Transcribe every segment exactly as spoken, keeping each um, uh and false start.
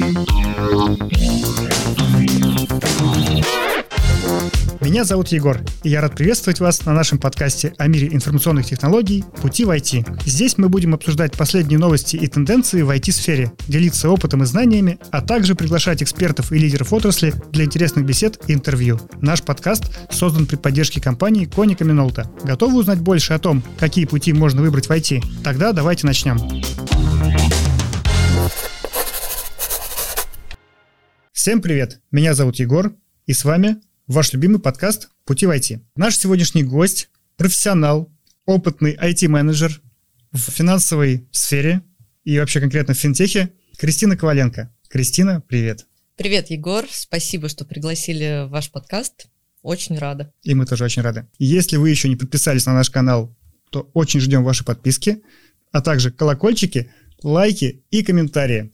Меня зовут Егор, и я рад приветствовать вас на нашем подкасте о мире информационных технологий «Пути в ай ти». Здесь мы будем обсуждать последние новости и тенденции в ай ти-сфере, делиться опытом и знаниями, а также приглашать экспертов и лидеров отрасли для интересных бесед и интервью. Наш подкаст создан при поддержке компании Konica Minolta. Готовы узнать больше о том, какие пути можно выбрать в ай ти? Тогда давайте начнем. Всем привет! Меня зовут Егор, и с вами ваш любимый подкаст «Пути в ай ти». Наш сегодняшний гость – профессионал, опытный ай ти-менеджер в финансовой сфере и вообще конкретно в финтехе Кристина Коваленко. Кристина, привет. Привет, Егор. Спасибо, что пригласили в ваш подкаст. Очень рада. И мы тоже очень рады. Если вы еще не подписались на наш канал, то очень ждем ваши подписки, а также колокольчики, лайки и комментарии.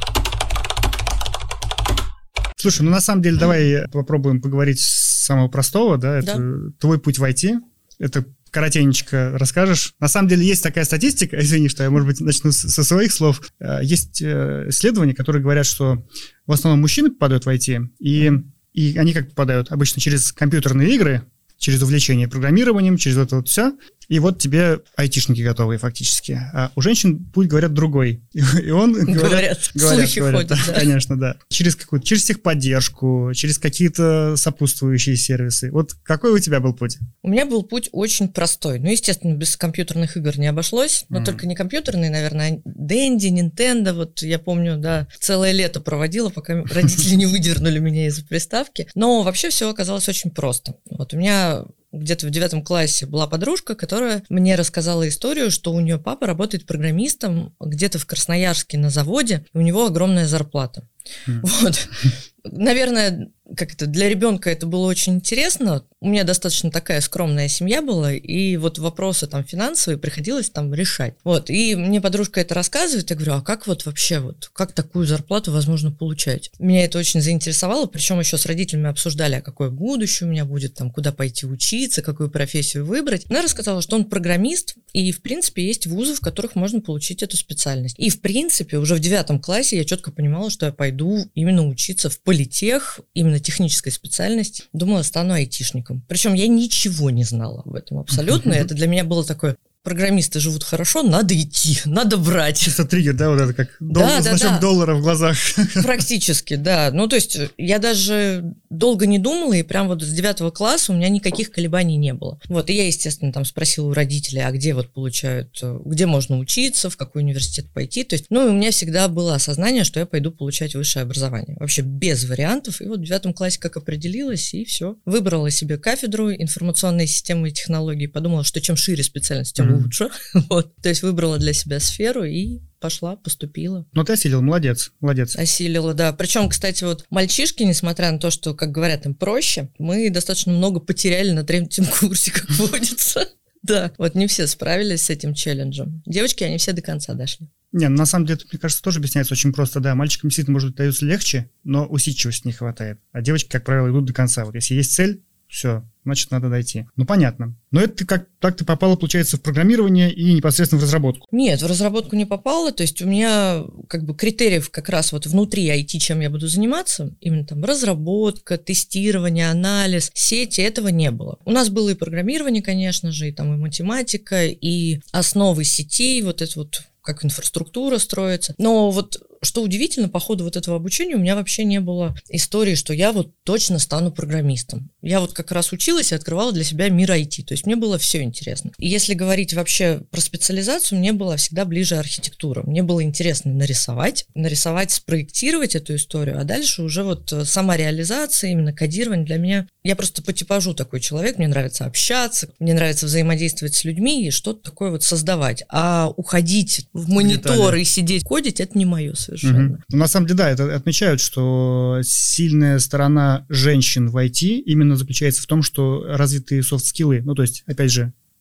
Слушай, ну на самом деле давай попробуем поговорить с самого простого, да, это да. Твой путь в ай ти, это коротенечко расскажешь. На самом деле есть такая статистика, извини, что я, может быть, начну со своих слов. Есть исследования, которые говорят, что в основном мужчины попадают в ай ти, и, и они как попадают? Обычно через компьютерные игры, через увлечение программированием, через это вот все. И вот тебе айтишники готовые фактически. А у женщин путь, говорят, другой. И, и он, говорят, говорят, говорят слухи говорят, ходят, да, да. Конечно, да. Через какую-то, через техподдержку, через какие-то сопутствующие сервисы. Вот какой у тебя был путь? У меня был путь очень простой. Ну, естественно, без компьютерных игр не обошлось. Но mm. только не компьютерные, наверное, а Dendy, Nintendo. Вот я помню, да, целое лето проводила, пока родители не выдернули меня из-за приставки. Но вообще все оказалось очень просто. Вот у меня где-то в девятом классе была подружка, которая мне рассказала историю, что у нее папа работает программистом где-то в Красноярске на заводе, и у него огромная зарплата. Mm. Вот. Наверное, как это, для ребенка это было очень интересно. У меня достаточно такая скромная семья была, и вот вопросы там финансовые приходилось там решать. Вот, и мне подружка это рассказывает, я говорю, а как вот вообще, вот, как такую зарплату возможно получать? Меня это очень заинтересовало, причем еще с родителями обсуждали, а какое будущее у меня будет, там, куда пойти учиться, какую профессию выбрать. Она рассказала, что он программист, и, в принципе, есть вузы, в которых можно получить эту специальность. И, в принципе, уже в девятом классе я четко понимала, что я пойду именно учиться в политех, именно технической специальности. Думала, стану айтишником. Причем я ничего не знала об этом абсолютно. Это для меня было такое... Программисты живут хорошо, надо идти, надо брать. Чисто триггер, да, вот это как дол- да, значок да, да. доллара в глазах. Практически, да. Ну, то есть я даже долго не думала, и прям вот с девятого класса у меня никаких колебаний не было. Вот, и я, естественно, там спросила у родителей, а где вот получают, где можно учиться, в какой университет пойти. То есть, ну, и у меня всегда было осознание, что я пойду получать высшее образование. Вообще без вариантов. И вот в девятом классе как определилась, и все. Выбрала себе кафедру информационной системы и технологий, подумала, что чем шире специальность, тем лучше. Вот. То есть выбрала для себя сферу и пошла, поступила. Ну, ты осилила, молодец, молодец. Осилила, да. Причем, кстати, вот мальчишки, несмотря на то, что, как говорят, им проще, мы достаточно много потеряли на третьем курсе, как водится. Да, вот не все справились с этим челленджем. Девочки, они все до конца дошли. Не, ну, на самом деле, мне кажется, тоже объясняется очень просто. Да, мальчикам действительно, может, дается легче, но усидчивости не хватает. А девочки, как правило, идут до конца. Вот если есть цель, все, значит, надо дойти. Ну, понятно. Но это ты как так ты попала, получается, в программирование и непосредственно в разработку? Нет, в разработку не попала. То есть у меня как бы критериев как раз вот внутри ай ти, чем я буду заниматься, именно там разработка, тестирование, анализ, сети, этого не было. У нас было и программирование, конечно же, и там и математика, и основы сетей, вот это вот как инфраструктура строится. Но вот что удивительно, по ходу вот этого обучения у меня вообще не было истории, что я вот точно стану программистом. Я вот как раз училась и открывала для себя мир ай ти, то есть мне было все интересно. И если говорить вообще про специализацию, мне была всегда ближе архитектура. Мне было интересно нарисовать, нарисовать, спроектировать эту историю, а дальше уже вот сама реализация, именно кодирование для меня. Я просто по типажу такой человек, мне нравится общаться, мне нравится взаимодействовать с людьми и что-то такое вот создавать. А уходить в монитор и сидеть кодить, это не мое совершенно. Угу. Ну, на самом деле, да, это отмечают, что сильная сторона женщин в ай ти именно заключается в том, что развитые софт-скиллы, ну, то есть, опять же,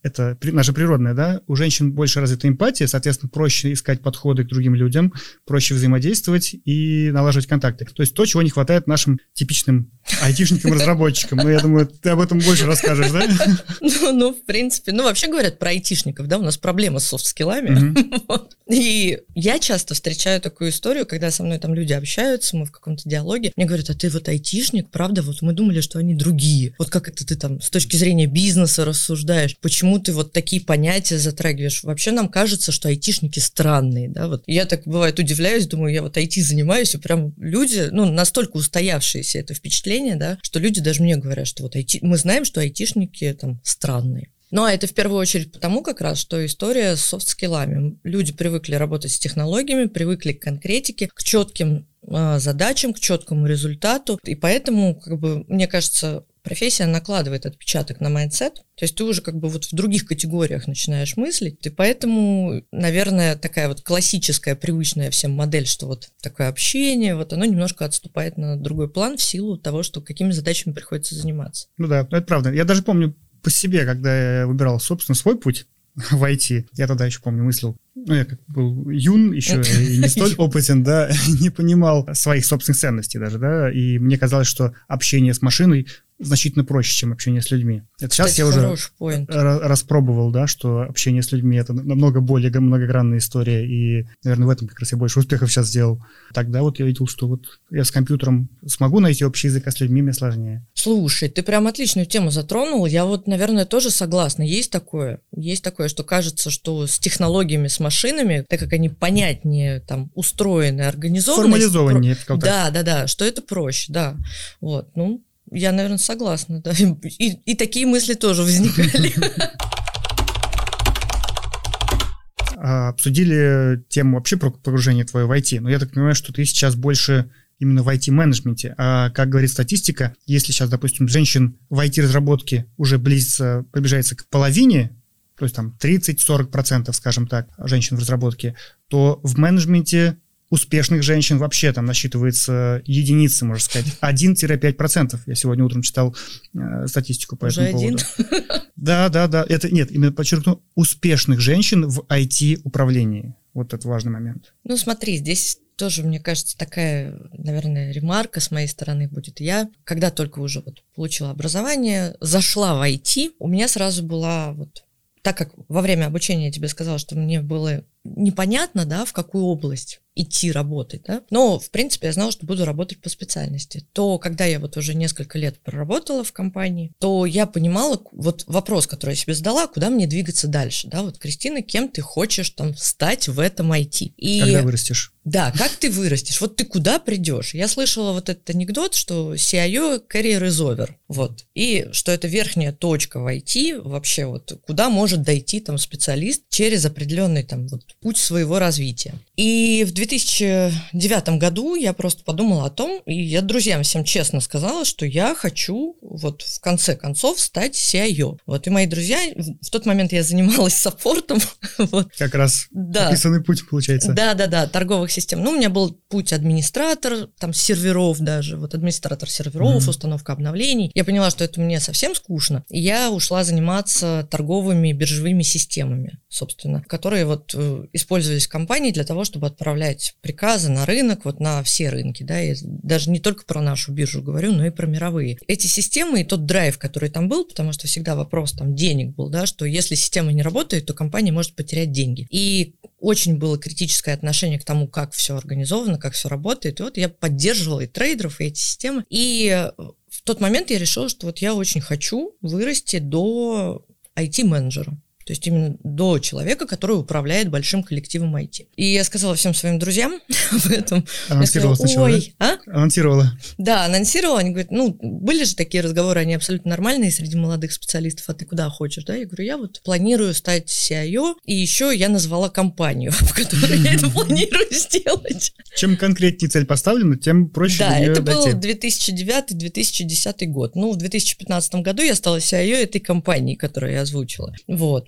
это наша природная, да, у женщин больше развита эмпатия, соответственно, проще искать подходы к другим людям, проще взаимодействовать и налаживать контакты. То есть то, чего не хватает нашим типичным айтишникам-разработчикам. Ну, я думаю, ты об этом больше расскажешь, да? Ну, ну, в принципе, ну, вообще говорят про айтишников, да, у нас проблема с софт-скиллами. Mm-hmm. И я часто встречаю такую историю, когда со мной там люди общаются, мы в каком-то диалоге, мне говорят, а ты вот айтишник, правда? Вот мы думали, что они другие. Вот как это ты там с точки зрения бизнеса рассуждаешь? Почему ты вот такие понятия затрагиваешь? Вообще нам кажется, что айтишники странные, да, вот. Я так, бывает, удивляюсь, думаю, я вот ай ти занимаюсь, и прям люди, ну, настолько устоявшиеся это впечатление, да, что люди даже мне говорят, что вот ай ти, мы знаем, что айтишники там странные. Ну, а это в первую очередь потому как раз, что история с софт-скиллами. Люди привыкли работать с технологиями, привыкли к конкретике, к четким э, задачам, к четкому результату, и поэтому, как бы, мне кажется, профессия накладывает отпечаток на майндсет, то есть ты уже как бы вот в других категориях начинаешь мыслить, и поэтому, наверное, такая вот классическая, привычная всем модель, что вот такое общение, вот оно немножко отступает на другой план в силу того, что какими задачами приходится заниматься. Ну да, это правда. Я даже помню по себе, когда я выбирал, собственно, свой путь в ай ти, я тогда еще помню, мыслил, ну, я как был юн еще и не столь опытен, да, не понимал своих собственных ценностей даже, да, и мне казалось, что общение с машиной значительно проще, чем общение с людьми. Это сейчас я уже распробовал, да, что общение с людьми — это намного более многогранная история, и, наверное, в этом как раз я больше успехов сейчас сделал. Тогда вот я видел, что вот я с компьютером смогу найти общий язык, а с людьми мне сложнее. Слушай, ты прям отличную тему затронул. Я вот, наверное, тоже согласна. Есть такое, есть такое, что кажется, что с технологиями, с машинами, так как они понятнее, там, устроены, организованы. Формализованнее. Про... Да, да, да, что это проще, да. Вот, ну, я, наверное, согласна, да. И, и такие мысли тоже возникали. Обсудили тему вообще про погружение твое в ай ти. Но я так понимаю, что ты сейчас больше именно в ай ти-менеджменте. А как говорит статистика, если сейчас, допустим, женщин в ай ти-разработке уже близится, приближается к половине, то есть там тридцать-сорок процентов, скажем так, женщин в разработке, то в менеджменте успешных женщин вообще там насчитывается единицы, можно сказать, один-пять процентов. Я сегодня утром читал э, статистику по Уже этому один? поводу. Да, да, да. Это нет, именно подчеркну, успешных женщин в ай ти-управлении. Вот это важный момент. Ну, смотри, здесь тоже, мне кажется, такая, наверное, ремарка с моей стороны будет. Я, когда только уже вот получила образование, зашла в ай ти, у меня сразу была вот, так как во время обучения я тебе сказала, что мне было непонятно, да, в какую область идти работать, да, но, в принципе, я знала, что буду работать по специальности. То, когда я вот уже несколько лет проработала в компании, то я понимала, вот вопрос, который я себе задала, куда мне двигаться дальше, да, вот, Кристина, кем ты хочешь там стать в этом ай ти? И, когда вырастешь. Да, как ты вырастешь, вот ты куда придешь? Я слышала вот этот анекдот, что си ай о career is over, вот, и что это верхняя точка в ай ти, вообще вот, куда может дойти там специалист через определенный там вот путь своего развития. И в две тысячи девятом году я просто подумала о том, и я друзьям всем честно сказала, что я хочу вот в конце концов стать си ай о. Вот, и мои друзья, в тот момент я занималась саппортом. Вот. Как раз да. описанный путь получается. Да-да-да, торговых систем. Ну, у меня был путь администратор, там серверов даже, вот администратор серверов, mm-hmm. установка обновлений. Я поняла, что это мне совсем скучно, и я ушла заниматься торговыми биржевыми системами, собственно, которые вот э, использовались в компании для того, чтобы отправлять приказы на рынок, вот на все рынки, да, и даже не только про нашу биржу говорю, но и про мировые. Эти системы и тот драйв, который там был, потому что всегда вопрос там денег был, да, что если система не работает, то компания может потерять деньги. И очень было критическое отношение к тому, как все организовано, как все работает. И вот я поддерживала и трейдеров, и эти системы. И в тот момент я решила, что вот я очень хочу вырасти до ай ти-менеджера. То есть именно до человека, который управляет большим коллективом ай ти. И я сказала всем своим друзьям об этом. Анонсировала сначала, Ой, да? А? Анонсировала. Да, анонсировала. Они говорят, ну, были же такие разговоры, они абсолютно нормальные среди молодых специалистов, а ты куда хочешь, да? Я говорю, я вот планирую стать си ай о, и еще я назвала компанию, в которой я это планирую сделать. Чем конкретнее цель поставлена, тем проще да, до нее это дойти. был две тысячи девятый - две тысячи десятый год. Ну, в две тысячи пятнадцатом году я стала си ай о этой компании, которую я озвучила. Вот.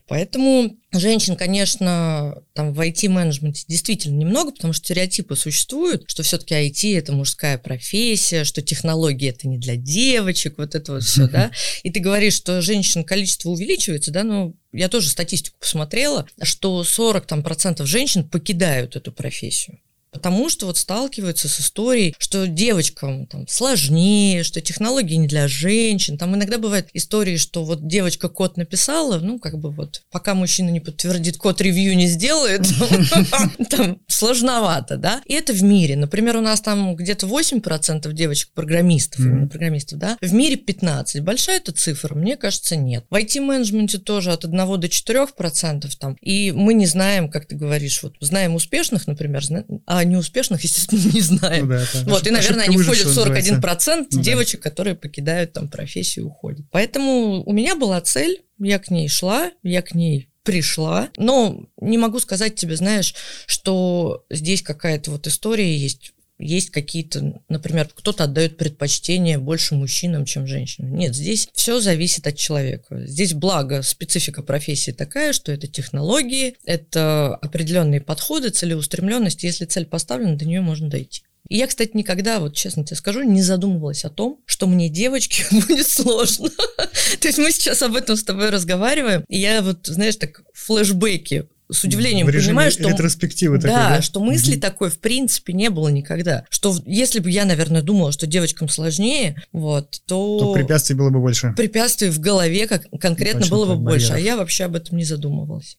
Поэтому женщин, конечно, там в ай ти-менеджменте действительно немного, потому что стереотипы существуют, что все-таки ай ти – это мужская профессия, что технологии – это не для девочек, вот это вот все, да. И ты говоришь, что женщин количество увеличивается, да, но я тоже статистику посмотрела, что сорок там процентов женщин покидают эту профессию. Потому что вот сталкиваются с историей, что девочкам там сложнее, что технологии не для женщин. Там иногда бывают истории, что вот девочка код написала, ну, как бы вот, пока мужчина не подтвердит, код-ревью не сделает, там сложновато, да. И это в мире. Например, у нас там где-то восемь процентов девочек-программистов, именно программистов, да. В мире пятнадцать процентов. Большая эта цифра? Мне кажется, нет. В ай ти-менеджменте тоже от одного до четырёх процентов там. И мы не знаем, как ты говоришь, вот знаем успешных, например, а неуспешных, естественно, не знаем. Ну, да, вот, и, наверное, они входят в сорок один процент ну, девочек, да. которые покидают там профессию и уходят. Поэтому у меня была цель, я к ней шла, я к ней пришла, но не могу сказать тебе, знаешь, что здесь какая-то вот история есть, есть какие-то, например, кто-то отдает предпочтение больше мужчинам, чем женщинам. Нет, здесь все зависит от человека. Здесь, благо, специфика профессии такая, что это технологии, это определенные подходы, целеустремленность. Если цель поставлена, до нее можно дойти. И я, кстати, никогда, вот честно тебе скажу, не задумывалась о том, что мне, девочке, будет сложно. То есть мы сейчас об этом с тобой разговариваем, и я вот, знаешь, так флешбеки с удивлением понимаю, что, ретроспективы да, такой, да? что мысли mm-hmm. такой в принципе не было никогда. Что если бы я, наверное, думала, что девочкам сложнее, вот, то... То препятствий было бы больше. Препятствий в голове как, конкретно Точно было бы больше, барьеров. А я вообще об этом не задумывалась.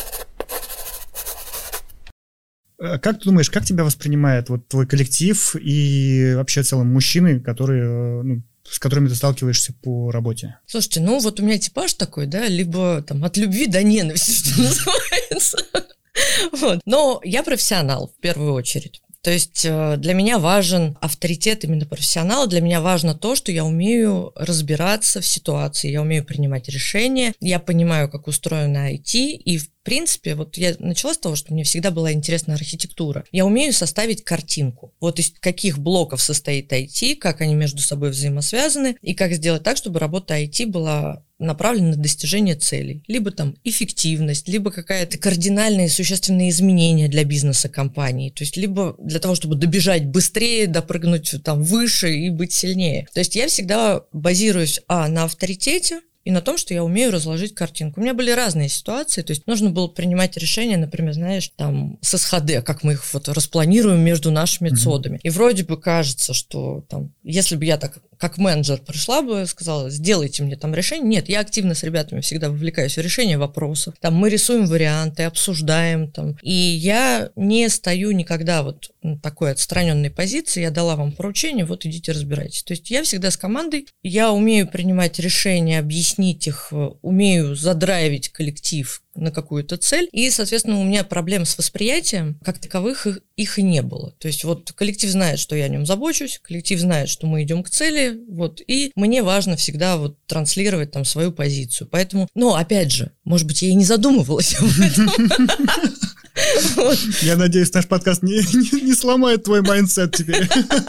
Как ты думаешь, как тебя воспринимает вот твой коллектив и вообще в целом мужчины, которые... Ну, с которыми ты сталкиваешься по работе? Слушайте, ну вот у меня типаж такой, да, либо там от любви до ненависти, что называется. Вот. Но я профессионал в первую очередь. То есть для меня важен авторитет именно профессионала, для меня важно то, что я умею разбираться в ситуации, я умею принимать решения, я понимаю, как устроено ай ти, и в В принципе, вот я начала с того, что мне всегда была интересна архитектура. Я умею составить картинку. Вот из каких блоков состоит ай ти, как они между собой взаимосвязаны, и как сделать так, чтобы работа ай ти была направлена на достижение целей. Либо там эффективность, либо какая-то кардинальные существенные изменения для бизнеса компании. То есть либо для того, чтобы добежать быстрее, допрыгнуть там выше и быть сильнее. То есть я всегда базируюсь, а, на авторитете, и на том, что я умею разложить картинку. У меня были разные ситуации, то есть нужно было принимать решения, например, знаешь, там, с эс ха дэ, как мы их вот распланируем между нашими mm-hmm. цодами. И вроде бы кажется, что там, если бы я так, как менеджер пришла бы, сказала, сделайте мне там решение. Нет, я активно с ребятами всегда вовлекаюсь в решение вопросов. Там мы рисуем варианты, обсуждаем там. И я не стою никогда вот на такой отстраненной позиции, я дала вам поручение, вот идите разбирайтесь. То есть я всегда с командой, я умею принимать решения, объяснить их, умею задрайвить коллектив на какую-то цель, и, соответственно, у меня проблем с восприятием, как таковых, их, их и не было. То есть вот коллектив знает, что я о нем забочусь, коллектив знает, что мы идем к цели, вот, и мне важно всегда вот транслировать там свою позицию. Поэтому, ну, опять же, может быть, я и не задумывалась об этом. Вот. Я надеюсь, наш подкаст не, не, не сломает твой майндсет теперь.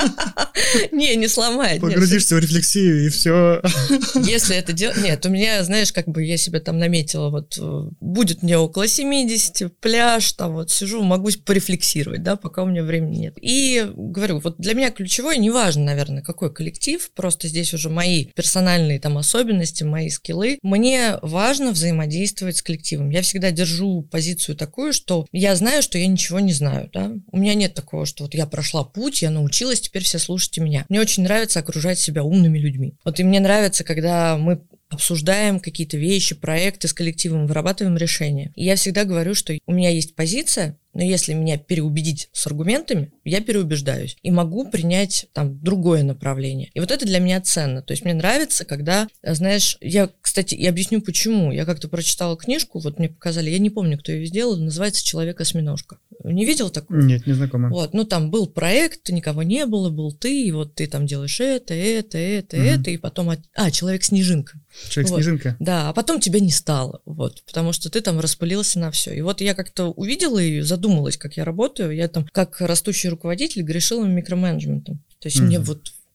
Не, не сломает. Погрузишься нет. в рефлексию, и все. Если это делать... Нет, у меня, знаешь, как бы я себе там наметила, вот будет мне около семидесяти, пляж, там вот сижу, могу порефлексировать, да, пока у меня времени нет. И говорю, вот для меня ключевое, неважно, наверное, какой коллектив, просто здесь уже мои персональные там особенности, мои скиллы. Мне важно взаимодействовать с коллективом. Я всегда держу позицию такую, что я знаю, что я ничего не знаю, да. У меня нет такого, что вот я прошла путь, я научилась, теперь все слушайте меня. Мне очень нравится окружать себя умными людьми. Вот и мне нравится, когда мы обсуждаем какие-то вещи, проекты с коллективом, вырабатываем решения. И я всегда говорю, что у меня есть позиция, но если меня переубедить с аргументами, я переубеждаюсь и могу принять там другое направление. И вот это для меня ценно. То есть мне нравится, когда, знаешь, я, кстати, и объясню почему. Я как-то прочитала книжку, вот мне показали, я не помню, кто ее сделал, называется «Человек-осьминожка». Не видел такого? Нет, не знакомо. Вот, ну там был проект, никого не было, был ты, и вот ты там делаешь это, это, это, угу. это, и потом... А, «Человек-снежинка». Человек-снежинка. Вот. Да, а потом тебя не стало, вот, потому что ты там распылился на все. И вот я как-то увидела ее, задумалась, как я работаю. Я там, как растущий руководитель, грешила микроменеджментом. То есть mm-hmm. мне вот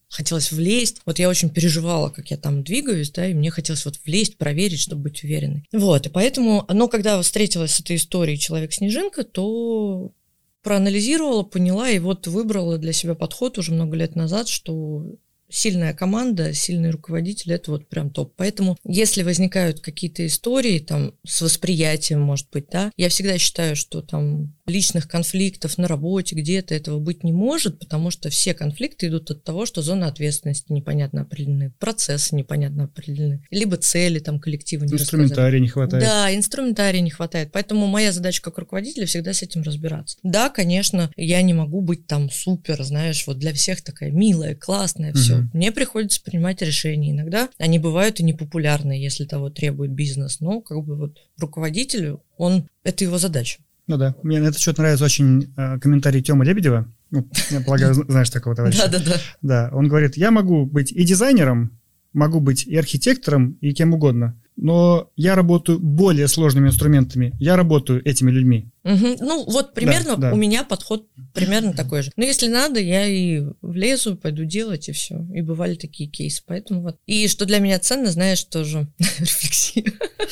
хотелось влезть. Вот я очень переживала, как я там двигаюсь, да, и мне хотелось вот влезть, проверить, чтобы быть уверенной. Вот, и поэтому, но когда встретилась с этой историей «Человек-снежинка», то проанализировала, поняла и вот выбрала для себя подход уже много лет назад, что сильная команда, сильный руководитель – это вот прям топ. Поэтому, если возникают какие-то истории там с восприятием, может быть, да, я всегда считаю, что там личных конфликтов на работе где-то этого быть не может, потому что все конфликты идут от того, что зоны ответственности непонятно определены, процессы непонятно определены, либо цели там коллектива не рассказали. Инструментария не хватает. Да, инструментария не хватает. Поэтому моя задача как руководителя всегда с этим разбираться. Да, конечно, я не могу быть там супер, знаешь, вот для всех такая милая, классная, все. Угу. Мне приходится принимать решения. Иногда они бывают и непопулярные, если того требует бизнес. Но как бы вот руководителю, он, это его задача. Ну да, мне на этот счет нравится очень э, комментарий Тёмы Лебедева. Ну, я полагаю, знаешь такого товарища. Да-да-да. Да, он говорит, я могу быть и дизайнером, могу быть и архитектором, и кем угодно, но я работаю более сложными инструментами, я работаю этими людьми. Угу. Ну, вот примерно да, да. у меня подход примерно такой же. Но если надо, я и влезу, пойду делать, и все. И бывали такие кейсы. Поэтому вот. И что для меня ценно, знаешь, тоже рефлексия.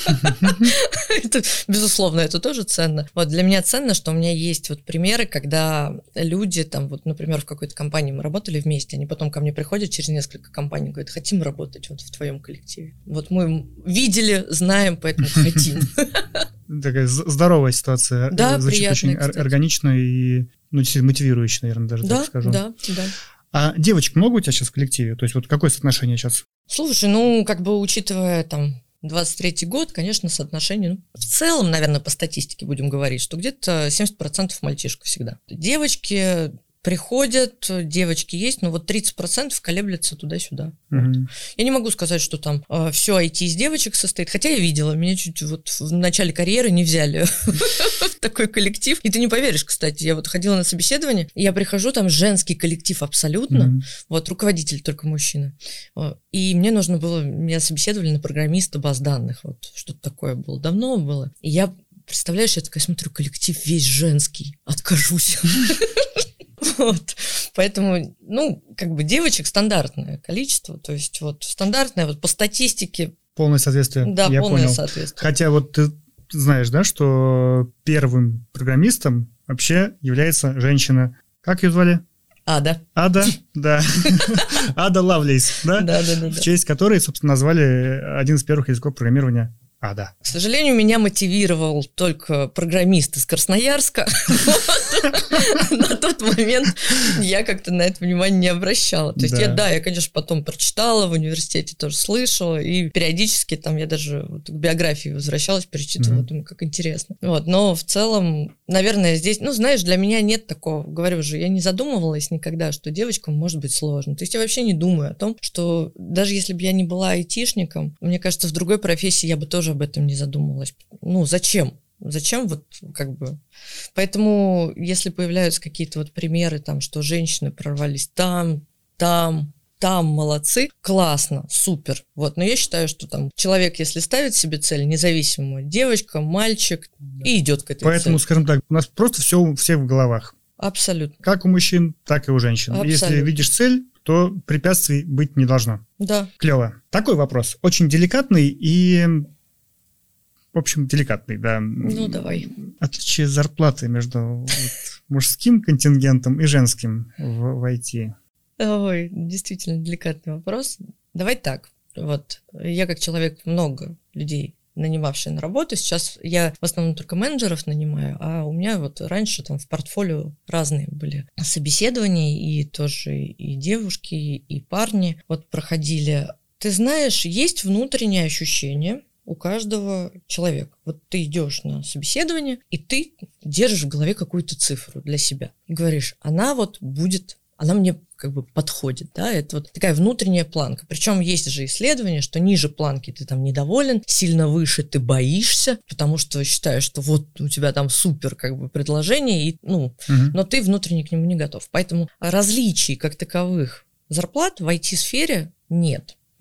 Это, безусловно, это тоже ценно. Вот для меня ценно, что у меня есть вот примеры, когда люди там, вот, например, в какой-то компании мы работали вместе, они потом ко мне приходят через несколько компаний, говорят, хотим работать вот в твоем коллективе. Вот мы видели, знаем, поэтому хотим. Такая здоровая ситуация. Да, звучит очень кстати. Органично и, ну, действительно, мотивирующе, наверное, даже да, так скажу. Да, да. А девочек много у тебя сейчас в коллективе? То есть вот какое соотношение сейчас? Слушай, ну, как бы учитывая там двадцать третий год, конечно, соотношение, ну, в целом, наверное, по статистике будем говорить, что где-то семьдесят процентов мальчишек всегда. Девочки приходят, девочки есть, но вот тридцать процентов колеблется туда-сюда. Mm-hmm. Вот. Я не могу сказать, что там э, все ай ти из девочек состоит, хотя я видела, меня чуть вот в начале карьеры не взяли в такой коллектив. И ты не поверишь, кстати, я вот ходила на собеседование, и я прихожу, там женский коллектив абсолютно, вот руководитель только мужчина. И мне нужно было, меня собеседовали на программиста баз данных, вот что-то такое было, давно было. И я, представляешь, я такая смотрю, коллектив весь женский, откажусь. Вот. Поэтому, ну, как бы девочек стандартное количество, то есть вот стандартное вот по статистике. Полное соответствие. Да, я полное понял. соответствие. Хотя вот ты знаешь, да, что первым программистом вообще является женщина. Как ее звали? Ада. Ада, да. Ада Лавлейс, да? Да, да, да. В честь которой, собственно, назвали один из первых языков программирования. А, да. К сожалению, меня мотивировал только программист из Красноярска. На тот момент я как-то на это внимание не обращала. То есть я, да, я, конечно, потом прочитала, в университете тоже слышала, и периодически там я даже к биографии возвращалась, перечитывала, думаю, как интересно. Вот, но в целом, наверное, здесь, ну, знаешь, для меня нет такого, говорю же, я не задумывалась никогда, что девочкам может быть сложно. То есть я вообще не думаю о том, что даже если бы я не была айтишником, мне кажется, в другой профессии я бы тоже об этом не задумывалась. Ну, зачем? Зачем вот как бы... Поэтому, если появляются какие-то вот примеры, там, что женщины прорвались там, там, там, молодцы, классно, супер. Вот. Но я считаю, что там человек, если ставит себе цель, независимо, девочка, мальчик, да. и идет к этой Поэтому, цели. скажем так, у нас просто все у всех в головах. Абсолютно. Как у мужчин, так и у женщин. Абсолютно. Если видишь цель, то препятствий быть не должно. Да. Клево. Такой вопрос. Очень деликатный и... В общем, деликатный, да. Ну, давай. Отличие зарплаты между вот, мужским контингентом и женским в, в ай ти. Ой, действительно деликатный вопрос. Давай так. Вот я как человек много людей нанимавший на работу. Сейчас я в основном только менеджеров нанимаю, а у меня вот раньше там в портфолио разные были собеседования, и тоже и девушки, и парни вот проходили. Ты знаешь, есть внутреннее ощущение у каждого человека. Вот ты идешь на собеседование, и ты держишь в голове какую-то цифру для себя. И говоришь, она вот будет, она мне как бы подходит, да, это вот такая внутренняя планка. Причем есть же исследования, что ниже планки ты там недоволен, сильно выше ты боишься, потому что считаешь, что вот у тебя там супер как бы предложение, и, ну, угу. но ты внутренне к нему не готов. Поэтому различий как таковых зарплат в ай ти-сфере нет.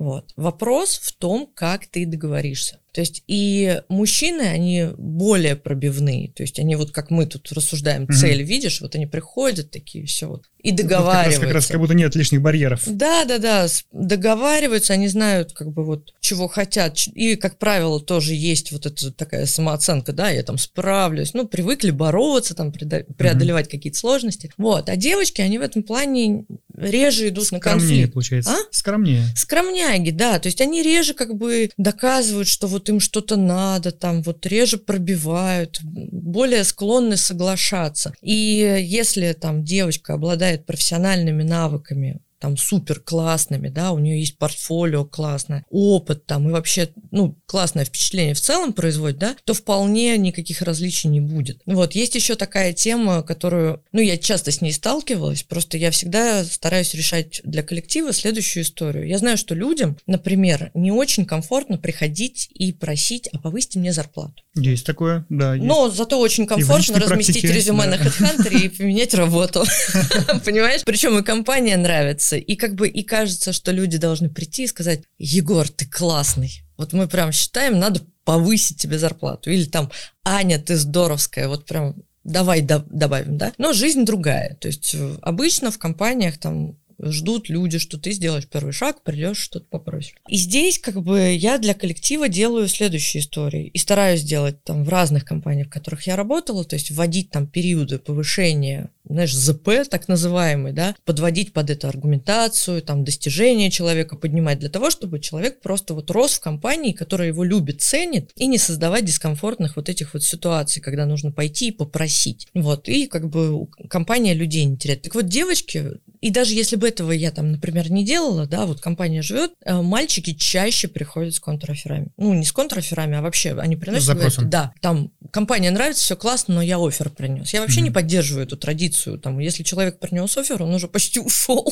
Вот. Вопрос в том, как ты договоришься. То есть и мужчины, они более пробивные, то есть они вот как мы тут рассуждаем, mm-hmm. цель видишь, вот они приходят такие, все вот, и договариваются. Как раз, как раз как будто нет лишних барьеров. Да-да-да, договариваются, они знают как бы вот чего хотят, и, как правило, тоже есть вот эта такая самооценка, да, я там справлюсь, ну, привыкли бороться, там, преодолевать mm-hmm. какие-то сложности, вот, а девочки, они в этом плане реже идут Скромнее, на конфликт. Получается. А? Скромнее. Скромняги, да, то есть они реже как бы доказывают, что вот им что-то надо, там вот реже пробивают, более склонны соглашаться. И если там девочка обладает профессиональными навыками, там супер классными, да, у нее есть портфолио классное, опыт там и вообще, ну, классное впечатление в целом производит, да, то вполне никаких различий не будет. Вот, есть еще такая тема, которую, ну, я часто с ней сталкивалась, просто я всегда стараюсь решать для коллектива следующую историю. Я знаю, что людям, например, не очень комфортно приходить и просить, а повысьте мне зарплату. Есть такое, да. Есть. Но зато очень комфортно разместить практике, резюме да. на HeadHunter и поменять работу. Понимаешь? Причем и компания нравится. И как бы и кажется, что люди должны прийти и сказать: Егор, ты классный. Вот мы прям считаем, надо повысить тебе зарплату. Или там: Аня, ты здоровская. Вот прям давай до- добавим, да? Но жизнь другая. То есть обычно в компаниях там ждут люди, что ты сделаешь первый шаг, придешь, что-то попросишь. И здесь как бы я для коллектива делаю следующие истории. И стараюсь делать там в разных компаниях, в которых я работала, то есть вводить там периоды повышения, знаешь, ЗП так называемый, да, подводить под эту аргументацию, там достижения человека поднимать для того, чтобы человек просто вот рос в компании, которая его любит, ценит, и не создавать дискомфортных вот этих вот ситуаций, когда нужно пойти и попросить. Вот, и как бы компания людей не теряет. Так вот, девочки, и даже если бы этого я там, например, не делала, да, вот компания живет, мальчики чаще приходят с контр-офферами. Ну, не с контр-офферами, а вообще они приносят, говорят, да, там компания нравится, все классно, но я оффер принес. Я вообще mm-hmm. не поддерживаю эту традицию. Там, если человек принес оффер, он уже почти ушел.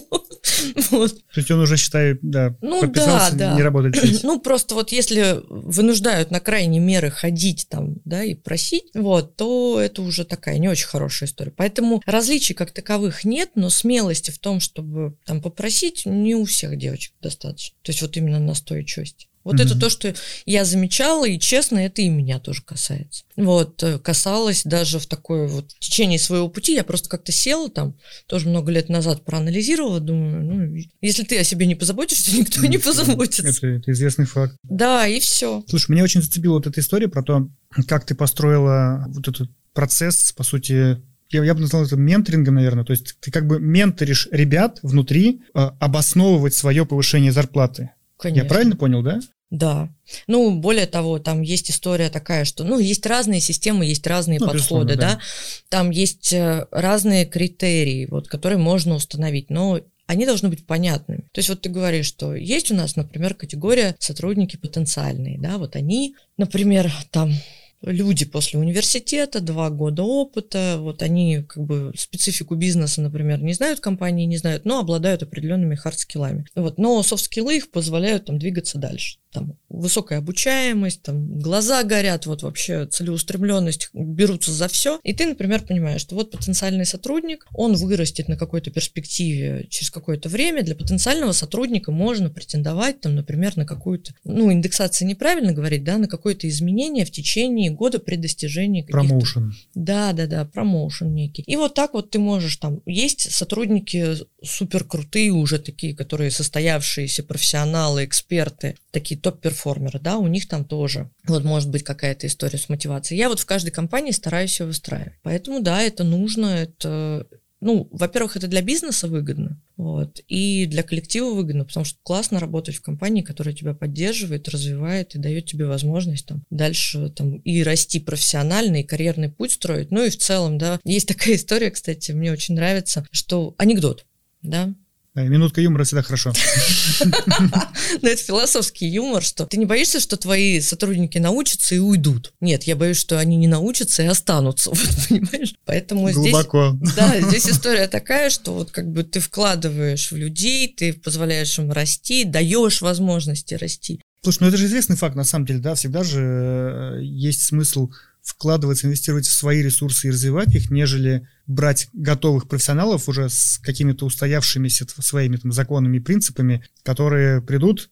Вот. То есть он уже, считай, да, ну, подписался, да, да. не работает здесь. Ну, просто вот если вынуждают на крайние меры ходить там, да, и просить, вот, то это уже такая не очень хорошая история. Поэтому различий как таковых нет, но смелости в том, чтобы там попросить, не у всех девочек достаточно. То есть вот именно настойчивости. Вот mm-hmm. это то, что я замечала, и честно, это и меня тоже касается. Вот, касалось даже в такое вот в течение своего пути, я просто как-то села там, тоже много лет назад проанализировала, думаю, ну, если ты о себе не позаботишься, никто mm-hmm. не позаботится. Это, это известный факт. Да, и все. Слушай, меня очень зацепила вот эта история про то, как ты построила вот этот процесс, по сути, я, я бы назвал это менторингом, наверное, то есть ты как бы менторишь ребят внутри э, обосновывать свое повышение зарплаты. Конечно. Я правильно понял, да? Да. Ну, более того, там есть история такая, что, ну, есть разные системы, есть разные ну, подходы, да? да. Там есть разные критерии, вот, которые можно установить, но они должны быть понятными. То есть вот ты говоришь, что есть у нас, например, категория сотрудники потенциальные, да, вот они, например, там... Люди после университета, два года опыта, вот они как бы специфику бизнеса, например, не знают, компании не знают, но обладают определенными хард-скиллами. Вот, но софт-скиллы их позволяют там двигаться дальше. Там высокая обучаемость, там глаза горят, вот вообще целеустремленность, берутся за все. И ты, например, понимаешь, что вот потенциальный сотрудник, он вырастет на какой-то перспективе через какое-то время. Для потенциального сотрудника можно претендовать, там, например, на какую-то, ну, индексация неправильно говорить, да, на какое-то изменение в течение года при достижении каких-то... Промоушен. Да, да, да, промоушен некий. И вот так вот ты можешь там... Есть сотрудники супер крутые уже такие, которые состоявшиеся профессионалы, эксперты, такие топ-перформеры, да, у них там тоже вот может быть какая-то история с мотивацией. Я вот в каждой компании стараюсь ее выстраивать. Поэтому, да, это нужно, это... Ну, во-первых, это для бизнеса выгодно, вот, и для коллектива выгодно, потому что классно работать в компании, которая тебя поддерживает, развивает и дает тебе возможность там дальше там и расти профессионально, и карьерный путь строить. Ну и в целом, да, есть такая история, кстати, мне очень нравится, что анекдот, да. Минутка юмора всегда хорошо. Но это философский юмор, что ты не боишься, что твои сотрудники научатся и уйдут. Нет, я боюсь, что они не научатся и останутся, вот, понимаешь? Поэтому глубоко. Здесь, да, здесь история такая, что вот как бы ты вкладываешь в людей, ты позволяешь им расти, даешь возможности расти. Слушай, ну это же известный факт, на самом деле, да, всегда же есть смысл вкладываться, инвестировать в свои ресурсы и развивать их, нежели брать готовых профессионалов уже с какими-то устоявшимися своими там законами и принципами, которые придут,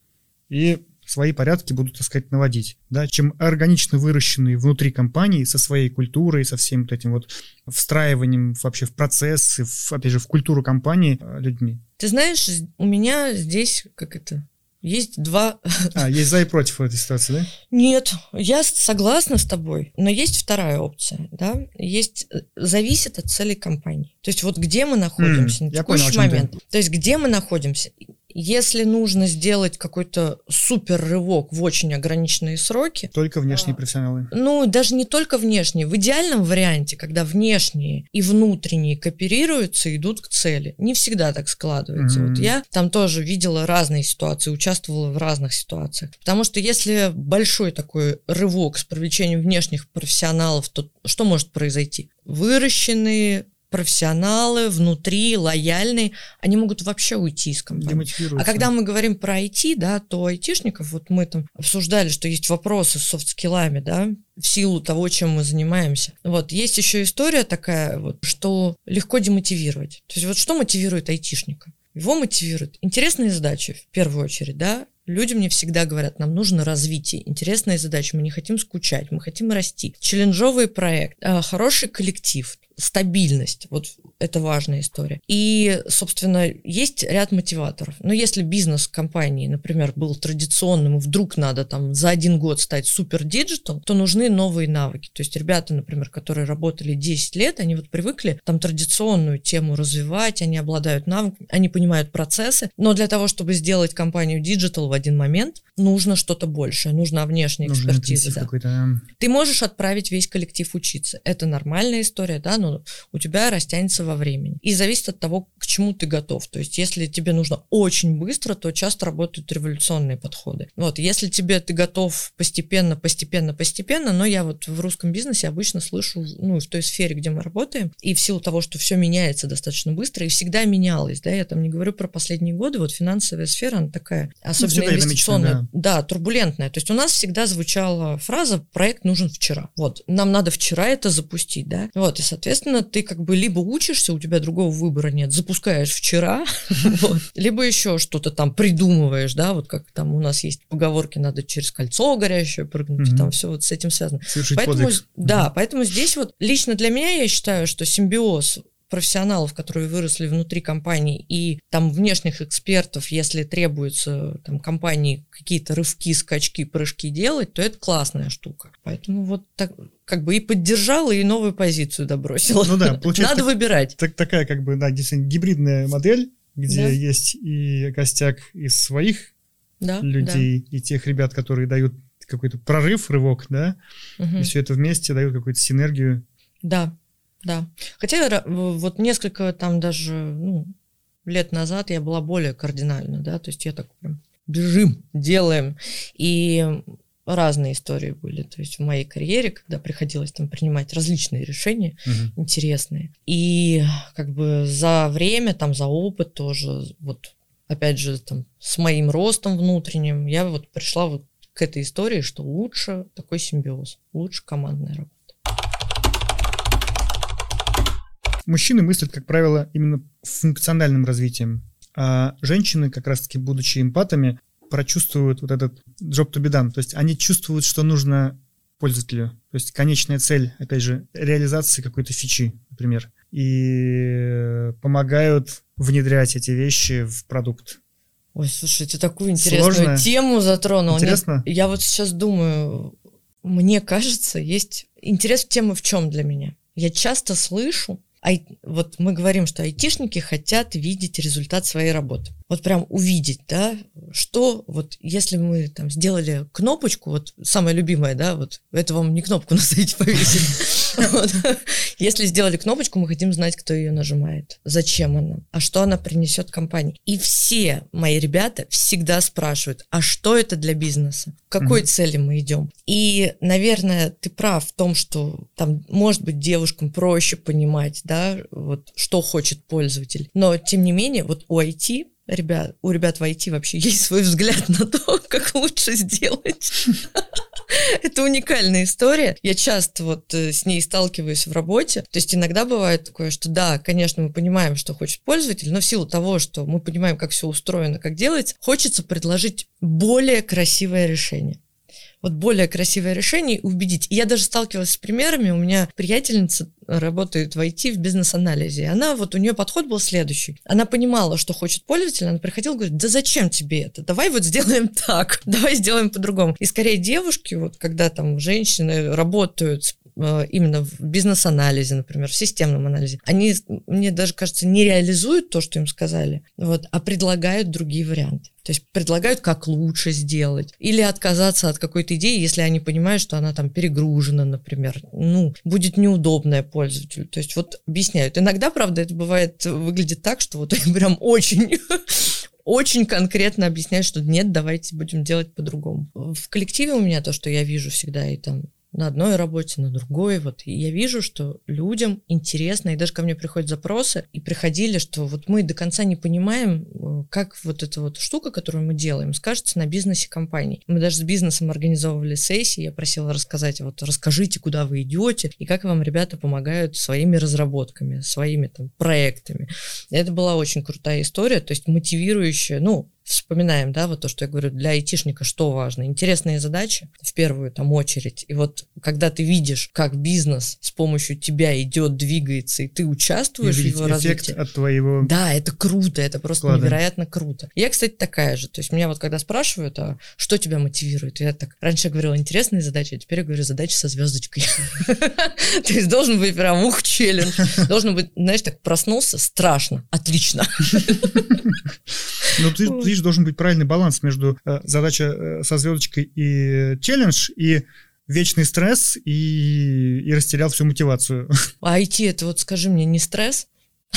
и свои порядки будут, так сказать, наводить. Да? Чем органично выращенные внутри компании со своей культурой, со всем вот этим вот встраиванием вообще в процессы, в, опять же, в культуру компании людьми. Ты знаешь, у меня здесь, как это... Есть два... А, есть за и против в этой ситуации, да? Нет, я согласна с тобой, но есть вторая опция, да, есть, зависит от целей компании. То есть вот где мы находимся mm, на текущий понял, момент, ты. То есть где мы находимся. Если нужно сделать какой-то супер рывок в очень ограниченные сроки... Только внешние а, профессионалы. Ну, даже не только внешние. В идеальном варианте, когда внешние и внутренние кооперируются, идут к цели. Не всегда так складывается. Mm-hmm. Вот я там тоже видела разные ситуации, участвовала в разных ситуациях. Потому что если большой такой рывок с привлечением внешних профессионалов, то что может произойти? Выращенные... профессионалы внутри, лояльные, они могут вообще уйти из компании. А когда мы говорим про ай ти, да, то айтишников, вот мы там обсуждали, что есть вопросы с софт-скиллами, да, в силу того, чем мы занимаемся. Вот, есть еще история такая, вот, что легко демотивировать. То есть вот что мотивирует айтишника? Его мотивируют интересные задачи, в первую очередь, да. Люди мне всегда говорят, нам нужно развитие, интересные задачи, мы не хотим скучать, мы хотим расти. Челленджовый проект, хороший коллектив, стабильность, вот это важная история. И, собственно, есть ряд мотиваторов. Но если бизнес компании, например, был традиционным, и вдруг надо там за один год стать супер диджитал, то нужны новые навыки. То есть ребята, например, которые работали десять лет, они вот привыкли там традиционную тему развивать, они обладают навыками, они понимают процессы, но для того, чтобы сделать компанию диджитал в один момент, нужно что-то большее, нужна внешняя нужен экспертиза. Да. Да. Ты можешь отправить весь коллектив учиться. Это нормальная история, да, но у тебя растянется во времени. И зависит от того, к чему ты готов. То есть, если тебе нужно очень быстро, то часто работают революционные подходы. Вот, если тебе ты готов постепенно, постепенно, постепенно, но я вот в русском бизнесе обычно слышу, ну, в той сфере, где мы работаем, и в силу того, что все меняется достаточно быстро, и всегда менялось, да, я там не говорю про последние годы, вот финансовая сфера, она такая, особенно ну, инвестиционная, да. да, турбулентная. То есть, у нас всегда звучала фраза «проект нужен вчера». Вот, нам надо вчера это запустить, да. Вот, и, соответственно, ты как бы либо учишься, у тебя другого выбора нет, запускаешь вчера, вот, либо еще что-то там придумываешь, да, вот как там у нас есть поговорки, надо через кольцо горящее прыгнуть, mm-hmm. там все вот с этим связано. Поэтому, да, mm-hmm. поэтому здесь вот лично для меня я считаю, что симбиоз профессионалов, которые выросли внутри компании, и там внешних экспертов, если требуется там компании какие-то рывки, скачки, прыжки делать, то это классная штука. Поэтому вот так как бы и поддержала, и новую позицию добросила. Ну да, получается. Надо так, выбирать. Так, такая как бы, да, действительно гибридная модель, где да. есть и костяк из своих да, людей, да. и тех ребят, которые дают какой-то прорыв, рывок, да, угу. и все это вместе дают какую-то синергию. Да. Да, хотя вот несколько там даже ну, лет назад я была более кардинальна, да, то есть я так прям бежим, делаем, и разные истории были, то есть в моей карьере, когда приходилось там принимать различные решения угу. интересные, и как бы за время, там за опыт тоже, вот опять же там с моим ростом внутренним, я вот пришла вот к этой истории, что лучше такой симбиоз, лучше командная работа. Мужчины мыслят, как правило, именно функциональным развитием, а женщины, как раз-таки будучи эмпатами, прочувствуют вот этот job to be done, то есть они чувствуют, что нужно пользователю, то есть конечная цель, опять же, реализации какой-то фичи, например, и помогают внедрять эти вещи в продукт. Ой, слушай, ты такую интересную Сложно. тему затронул. Интересно? Нет, я вот сейчас думаю, мне кажется, есть интерес в тему в чем для меня. Я часто слышу, Ай, вот мы говорим, что айтишники хотят видеть результат своей работы. Вот прям увидеть, да, что вот если мы там сделали кнопочку, вот самая любимая, да, вот это вам не кнопку на сайте повесить. Если сделали кнопочку, мы хотим знать, кто ее нажимает, зачем она, а что она принесет компании. И все мои ребята всегда спрашивают, а что это для бизнеса? К какой цели мы идем? И, наверное, ты прав в том, что там, может быть, девушкам проще понимать, да, вот что хочет пользователь. Но, тем не менее, вот у ай ти Ребят, у ребят в ай ти вообще есть свой взгляд на то, как лучше сделать. Это уникальная история. Я часто вот с ней сталкиваюсь в работе. То есть иногда бывает такое, что да, конечно, мы понимаем, что хочет пользователь, но в силу того, что мы понимаем, как все устроено, как делается, хочется предложить более красивое решение. Вот более красивое решение и убедить. И я даже сталкивалась с примерами. У меня приятельница работает в ай ти, в бизнес-анализе. И она, вот у нее подход был следующий. Она понимала, что хочет пользователь, она приходила и говорит, да зачем тебе это? Давай вот сделаем так, давай сделаем по-другому. И скорее девушки, вот когда там женщины работают с именно в бизнес-анализе, например, в системном анализе, они, мне даже кажется, не реализуют то, что им сказали, вот, а предлагают другие варианты. То есть предлагают, как лучше сделать. Или отказаться от какой-то идеи, если они понимают, что она там перегружена, например. Ну, будет неудобная пользователю. То есть вот объясняют. Иногда, правда, это бывает, выглядит так, что вот прям очень... очень конкретно объясняют, что нет, давайте будем делать по-другому. В коллективе у меня то, что я вижу всегда, и там на одной работе, на другой, вот, и я вижу, что людям интересно, и даже ко мне приходят запросы, и приходили, что вот мы до конца не понимаем, как вот эта вот штука, которую мы делаем, скажется на бизнесе компании. Мы даже с бизнесом организовывали сессии, я просила рассказать, вот, расскажите, куда вы идете, и как вам ребята помогают своими разработками, своими там проектами. И это была очень крутая история, то есть мотивирующая, ну, вспоминаем, да, вот то, что я говорю, для айтишника что важно? Интересные задачи в первую там очередь. И вот когда ты видишь, как бизнес с помощью тебя идет, двигается, и ты участвуешь и в его развитии. Эффект от твоего... Да, это круто, это просто вклада. Невероятно круто. Я, кстати, такая же. То есть меня вот когда спрашивают, а что тебя мотивирует? Я так раньше я говорила интересные задачи, а теперь я говорю задачи со звездочкой. То есть должен быть прям ух, челлендж. Должен быть, знаешь, так проснулся, страшно, отлично. Ну, ты, видишь, должен быть правильный баланс между э, задачей э, со звездочкой и челлендж, и вечный стресс, и, и растерял всю мотивацию. А ай ти это вот, скажи мне, не стресс?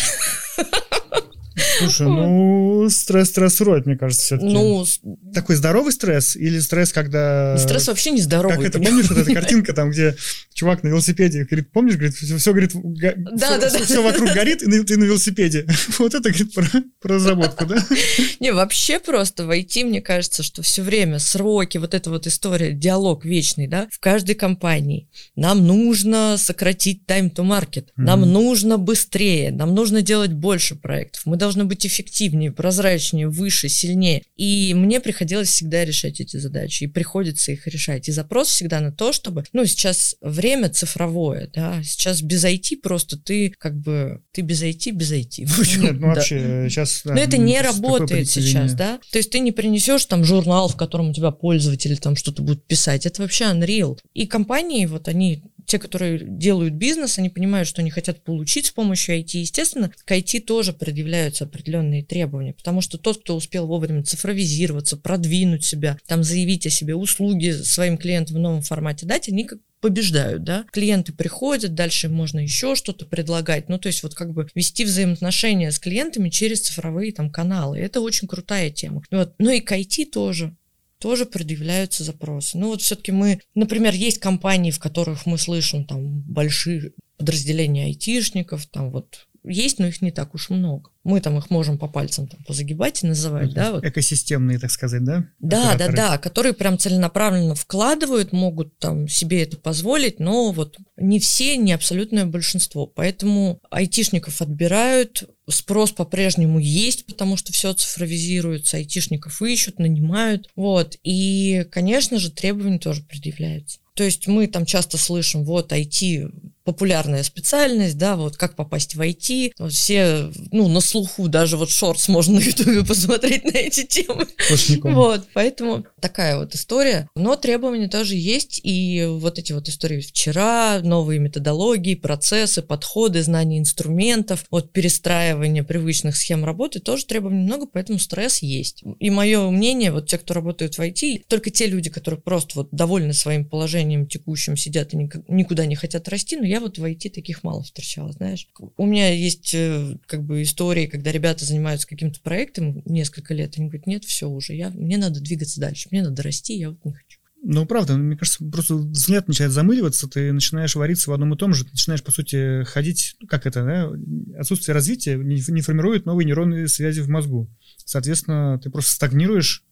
Слушай, ну, стресс стрессует, мне кажется, все-таки. Ну, такой здоровый стресс или стресс, когда... Стресс вообще не здоровый. Как это, помнишь, вот эта картинка, там, где чувак на велосипеде, говорит, помнишь, говорит, все, все говорит, га... да, все, да, все, да. все вокруг горит, и на, ты на велосипеде. Вот это, говорит, про, про разработку, да? Не, вообще просто в ай ти, мне кажется, что все время сроки, вот эта вот история, диалог вечный, да, в каждой компании. Нам нужно сократить time to market, нам mm-hmm. нужно быстрее, нам нужно делать больше проектов, мы должны быть эффективнее, прозрачнее, выше, сильнее. И мне приходилось всегда решать эти задачи, и приходится их решать. И запрос всегда на то, чтобы, ну, сейчас время цифровое, да, сейчас без ай ти просто ты, как бы, ты без ай ти, без ай ти. Нет, ну да. вообще сейчас... Да, но это не работает сейчас, да. То есть ты не принесешь там журнал, в котором у тебя пользователи там что-то будут писать. Это вообще unreal. И компании, вот они... Те, которые делают бизнес, они понимают, что они хотят получить с помощью ай ти. Естественно, к ай ти тоже предъявляются определенные требования, потому что тот, кто успел вовремя цифровизироваться, продвинуть себя, там заявить о себе, услуги своим клиентам в новом формате дать, они как побеждают, да. Клиенты приходят, дальше можно еще что-то предлагать. Ну, то есть вот как бы вести взаимоотношения с клиентами через цифровые там каналы. Это очень крутая тема. Вот. Ну и к ай ти тоже. тоже предъявляются запросы. Ну вот все-таки мы, например, есть компании, в которых мы слышим там большие подразделения айтишников, там вот есть, но их не так уж много. Мы там их можем по пальцам там, позагибать и называть, mm-hmm. да? Вот. Экосистемные, так сказать, да? Да, операторы. да, да, которые прям целенаправленно вкладывают, могут там себе это позволить, но вот не все, не абсолютное большинство. Поэтому айтишников отбирают, спрос по-прежнему есть, потому что все цифровизируется, айтишников ищут, нанимают, вот. И, конечно же, требования тоже предъявляются. То есть мы там часто слышим, вот, ай ти популярная специальность, да, вот как попасть в ай ти, вот все, ну, на слуху, даже вот шортс можно на ютубе посмотреть на эти темы. Сплошняком. Вот, поэтому такая вот история. Но требования тоже есть, и вот эти вот истории вчера, новые методологии, процессы, подходы, знания инструментов, вот перестраивание привычных схем работы, тоже требований много, поэтому стресс есть. И мое мнение, вот те, кто работают в ай ти, только те люди, которые просто вот довольны своим положением текущим, сидят и никуда не хотят расти, но я вот в ай ти таких мало встречала, знаешь. У меня есть как бы истории, когда ребята занимаются каким-то проектом несколько лет, они говорят, нет, все уже, я, мне надо двигаться дальше, мне надо расти, я вот не хочу. Ну, правда, мне кажется, просто взгляд начинает замыливаться, ты начинаешь вариться в одном и том же, ты начинаешь, по сути, ходить, как это, да, отсутствие развития не, не формирует новые нейронные связи в мозгу. Соответственно, ты просто стагнируешь,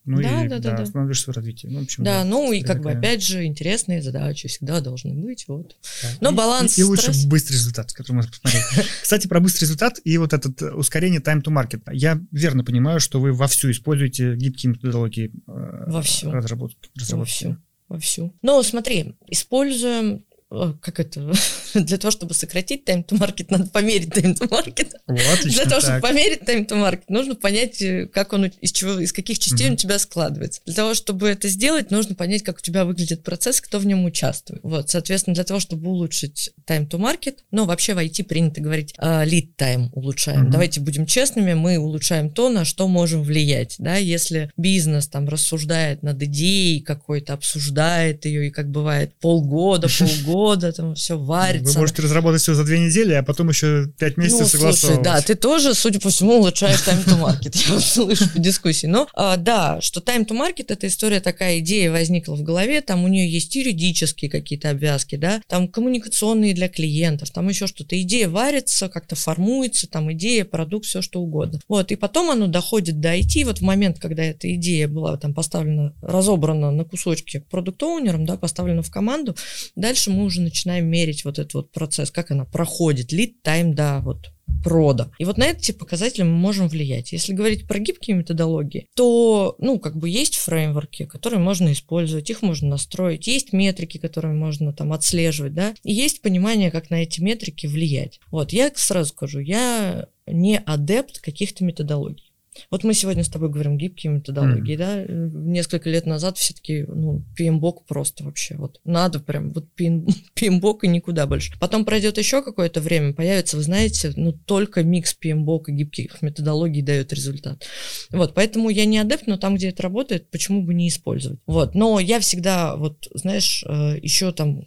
ну да, и да, да, да, остановишь свое развитие. Ну, в общем, да, да, ну и как такая... бы, опять же, интересные задачи всегда должны быть. Вот. Да. Но и, баланс, и, и лучше стресс... быстрый результат, который можно посмотреть. Кстати, про быстрый результат и вот это ускорение time to market. Я верно понимаю, что вы вовсю используете гибкие методологии вовсю. разработки. Вовсю. Вовсю. Ну, смотри, используем... Как это? Для того, чтобы сократить time to market, надо померить time to market. Вот, отлично, Для того, так. чтобы померить time to market, нужно понять, как он, из чего, из каких частей mm-hmm. он у тебя складывается. Для того, чтобы это сделать, нужно понять, как у тебя выглядит процесс, кто в нем участвует. Вот, соответственно, для того, чтобы улучшить time to market, ну, вообще в ай ти принято говорить, lead time улучшаем. Mm-hmm. Давайте будем честными, мы улучшаем то, на что можем влиять. Да? Если бизнес там рассуждает над идеей какой-то, обсуждает ее, и как бывает полгода, полгода, года, там все варится. Вы можете разработать все за две недели, а потом еще пять месяцев ну, согласовывать. Слушай, да, ты тоже, судя по всему, улучшаешь time to market, я слышу по дискуссии. Но а, да, что time to market, эта история, такая идея возникла в голове, там у нее есть юридические какие-то обвязки, да, там коммуникационные для клиентов, там еще что-то. Идея варится, как-то формуется, там идея, продукт, все что угодно. Вот, и потом оно доходит до ай ти, вот в момент, когда эта идея была там поставлена, разобрана на кусочки продукт-оунером, да, поставлена в команду, дальше мы уже начинаем мерить вот этот вот процесс, как она проходит, lead time, да, вот, прода. И вот на эти показатели мы можем влиять. Если говорить про гибкие методологии, то, ну, как бы есть фреймворки, которые можно использовать, их можно настроить, есть метрики, которые можно там отслеживать, да, и есть понимание, как на эти метрики влиять. Вот, я сразу скажу, я не адепт каких-то методологий. Вот мы сегодня с тобой говорим гибкие методологии, mm. да, несколько лет назад все-таки, ну, пи эм бок просто вообще, вот, надо прям, вот пи эм бок и никуда больше. Потом пройдет еще какое-то время, появится, вы знаете, ну, только микс пи эм бок и гибких методологий дает результат. Вот, поэтому я не адепт, но там, где это работает, почему бы не использовать. Вот, но я всегда, вот, знаешь, еще там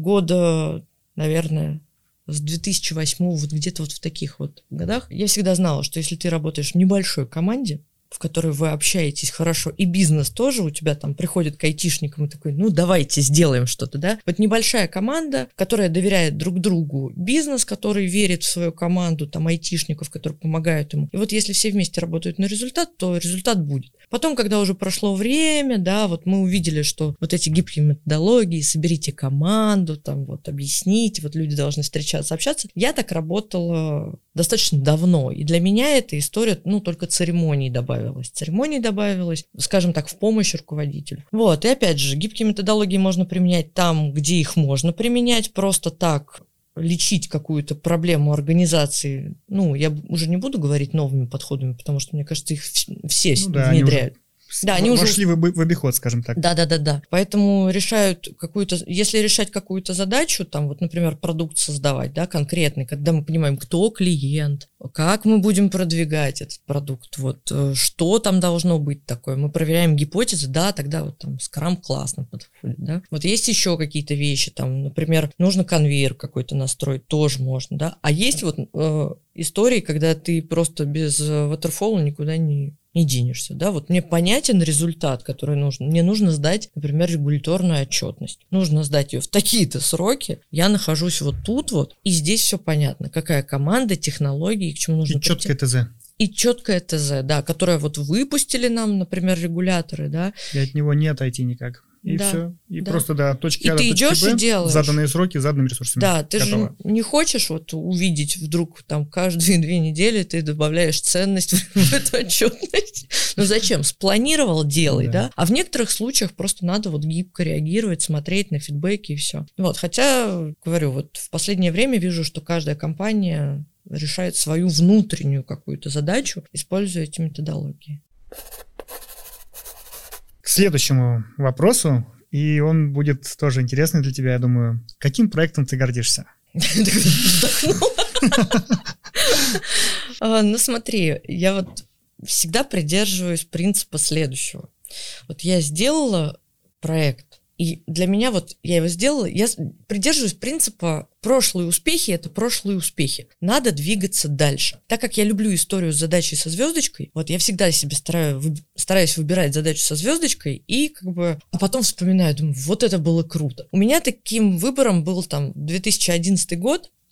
года, наверное, с две тысячи восьмого, вот где-то вот в таких вот годах, я всегда знала, что если ты работаешь в небольшой команде, в которой вы общаетесь хорошо, и бизнес тоже у тебя там приходит к айтишникам и такой, ну, давайте сделаем что-то, да. Вот небольшая команда, которая доверяет друг другу, бизнес, который верит в свою команду, там, айтишников, которые помогают ему. И вот если все вместе работают на результат, то результат будет. Потом, когда уже прошло время, да, вот мы увидели, что вот эти гибкие методологии, соберите команду, там, вот, объясните, вот люди должны встречаться, общаться. Я так работала достаточно давно, и для меня эта история, ну, только церемонии добавилась. Церемонии добавилось, скажем так, в помощь руководителю. Вот, и опять же, гибкие методологии можно применять там, где их можно применять, просто так лечить какую-то проблему организации. Ну, я уже не буду говорить новыми подходами, потому что, мне кажется, их все ну, да, внедряют. Да, они уже вошли в, в обиход, скажем так. Да, да, да, да. Поэтому решают какую-то, если решать какую-то задачу, там, вот, например, продукт создавать, да, конкретный, когда мы понимаем, кто клиент, как мы будем продвигать этот продукт, вот, что там должно быть такое. Мы проверяем гипотезы, да, тогда вот там скрам классно подходит, да. Вот есть еще какие-то вещи, там, например, нужно конвейер какой-то настроить, тоже можно, да. А есть вот э, истории, когда ты просто без waterfall никуда не... не денешься, да, вот мне понятен результат, который нужен, мне нужно сдать, например, регуляторную отчетность, нужно сдать ее в такие-то сроки, я нахожусь вот тут вот, и здесь все понятно, какая команда, технологии, к чему нужно и четкое ТЗ. И четкое ТЗ, да, которое вот выпустили нам, например, регуляторы, да. И от него не отойти никак. И да, все. И да. просто, да, точки А до точки Б, заданные сроки, заданными ресурсами. Да, ты Готово. же не хочешь вот увидеть вдруг там каждые две недели ты добавляешь ценность в эту отчетность. Ну зачем? Спланировал, делай, да. да? А в некоторых случаях просто надо вот гибко реагировать, смотреть на фидбэки и все. Вот, хотя, говорю, вот в последнее время вижу, что каждая компания решает свою внутреннюю какую-то задачу, используя эти методологии. К следующему вопросу, и он будет тоже интересный для тебя, я думаю. Каким проектом ты гордишься? Ну смотри, я вот всегда придерживаюсь принципа следующего. Вот я сделала проект, и для меня вот я его сделала, я придерживаюсь принципа прошлые успехи – это прошлые успехи. Надо двигаться дальше. Так как я люблю историю с задачей со звездочкой, вот я всегда себе стараюсь, стараюсь выбирать задачу со звездочкой и как бы, а потом вспоминаю, думаю, вот это было круто. У меня таким выбором был там две тысячи одиннадцатый год,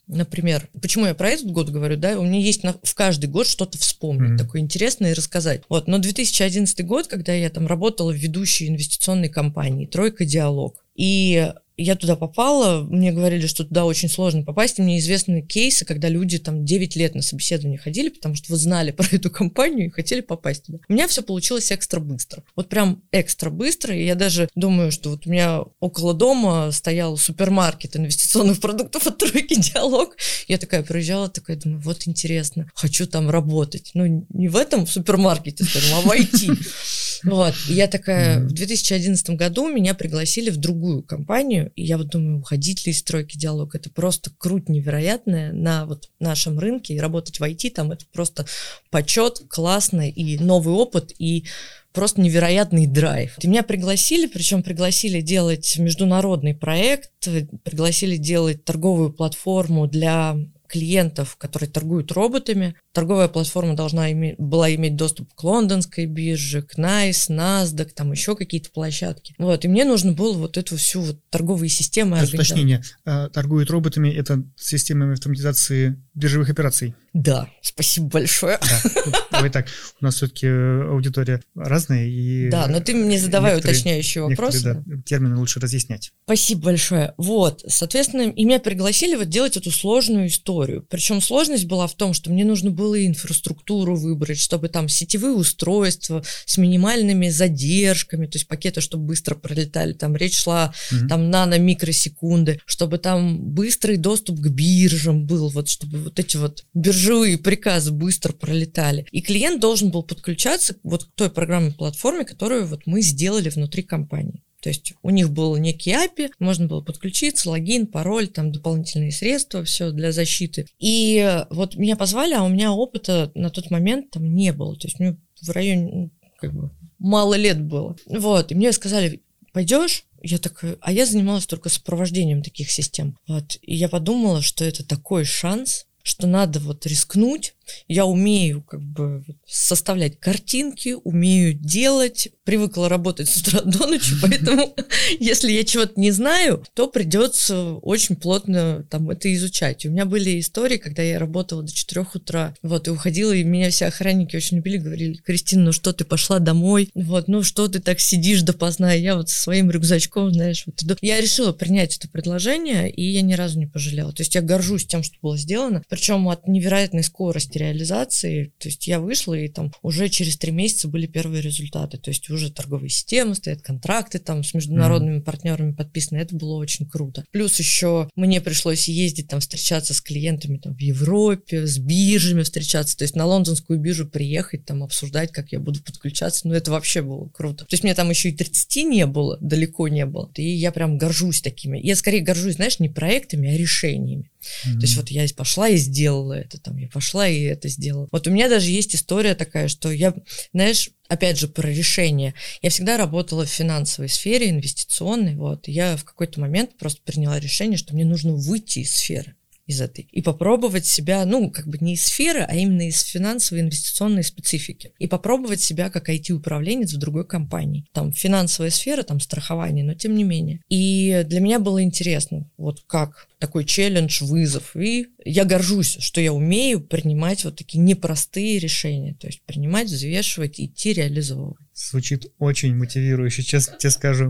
например, почему я про этот год говорю, да, у меня есть на, в каждый год что-то вспомнить, mm-hmm. такое интересное и рассказать. Вот, но две тысячи одиннадцатый год, когда я там работала в ведущей инвестиционной компании «Тройка Диалог», и я туда попала, мне говорили, что туда очень сложно попасть, и мне известны кейсы, когда люди там девять лет на собеседование ходили, потому что вы знали про эту компанию и хотели попасть туда. У меня все получилось экстра быстро, вот прям экстра быстро, и я даже думаю, что вот у меня около дома стоял супермаркет инвестиционных продуктов от «Тройки Диалог», я такая приезжала, такая думаю, вот интересно, хочу там работать, ну не в этом супермаркете, скажем, а в ай ти. Вот, и я такая, в две тысячи одиннадцатом году меня пригласили в другую компанию, и я вот думаю, уходить ли из «Тройки Диалог, это просто круть невероятная на вот нашем рынке, и работать в ай ти там это просто почет, классно, и новый опыт, и просто невероятный драйв. И меня пригласили, причем пригласили делать международный проект, пригласили делать торговую платформу для клиентов, которые торгуют роботами. Торговая платформа должна иметь, была иметь доступ к лондонской бирже, к найс, NASDAQ, там еще какие-то площадки. Вот, и мне нужно было вот эту всю вот торговые системы организовать. Уточнение, торгуют роботами, это системами автоматизации биржевых операций? Да, спасибо большое. Да. Давай так, у нас все-таки аудитория разная. И да, но ты мне задавай уточняющие вопросы. Да, термины лучше разъяснять. Спасибо большое. Вот, соответственно, и меня пригласили вот делать эту сложную историю. Причем сложность была в том, что мне нужно было инфраструктуру выбрать, чтобы там сетевые устройства с минимальными задержками, то есть пакеты, чтобы быстро пролетали, там речь шла mm-hmm. там нано-микросекунды, чтобы там быстрый доступ к биржам был, вот чтобы вот эти вот биржевые приказы быстро пролетали. И клиент должен был подключаться вот к той программной платформе, которую вот мы сделали внутри компании. То есть у них был некий эй пи ай, можно было подключиться, логин, пароль, там дополнительные средства, все для защиты. И вот меня позвали, а у меня опыта на тот момент там не было. То есть мне в районе, ну, как бы, мало лет было. Вот, и мне сказали, пойдешь? Я такая, а я занималась только сопровождением таких систем. Вот, и я подумала, что это такой шанс, что надо вот рискнуть. Я умею как бы составлять картинки, умею делать, привыкла работать с утра до ночи, поэтому если я чего-то не знаю, то придется очень плотно там это изучать. У меня были истории, когда я работала до четырех утра, вот, и уходила, и меня все охранники очень любили, говорили, Кристина, ну что, ты пошла домой, вот, ну что ты так сидишь допоздна, и я вот со своим рюкзачком, знаешь, вот иду. Я решила принять это предложение, и я ни разу не пожалела. То есть я горжусь тем, что было сделано, причем от невероятной скорости реализации, то есть я вышла, и там уже через три месяца были первые результаты, то есть уже торговые системы стоят, контракты там с международными mm-hmm. партнерами подписаны, это было очень круто. Плюс еще мне пришлось ездить там встречаться с клиентами там в Европе, с биржами встречаться, то есть на лондонскую биржу приехать, там обсуждать, как я буду подключаться, ну это вообще было круто. То есть мне там еще и тридцати не было, далеко не было, и я прям горжусь такими. Я скорее горжусь, знаешь, не проектами, а решениями. Mm-hmm. То есть вот я пошла и сделала это, там, я пошла и это сделала. Вот у меня даже есть история такая, что я, знаешь, опять же, про решение. Я всегда работала в финансовой сфере, инвестиционной, вот. Я в какой-то момент просто приняла решение, что мне нужно выйти из сферы, из этой, и попробовать себя, ну, как бы не из сферы, а именно из финансовой инвестиционной специфики. И попробовать себя как ай ти-управленец в другой компании. Там финансовая сфера, там страхование, но тем не менее. И для меня было интересно, вот как такой челлендж, вызов. И я горжусь, что я умею принимать вот такие непростые решения. То есть принимать, взвешивать, идти, реализовывать. Звучит очень мотивирующе, честно тебе скажу.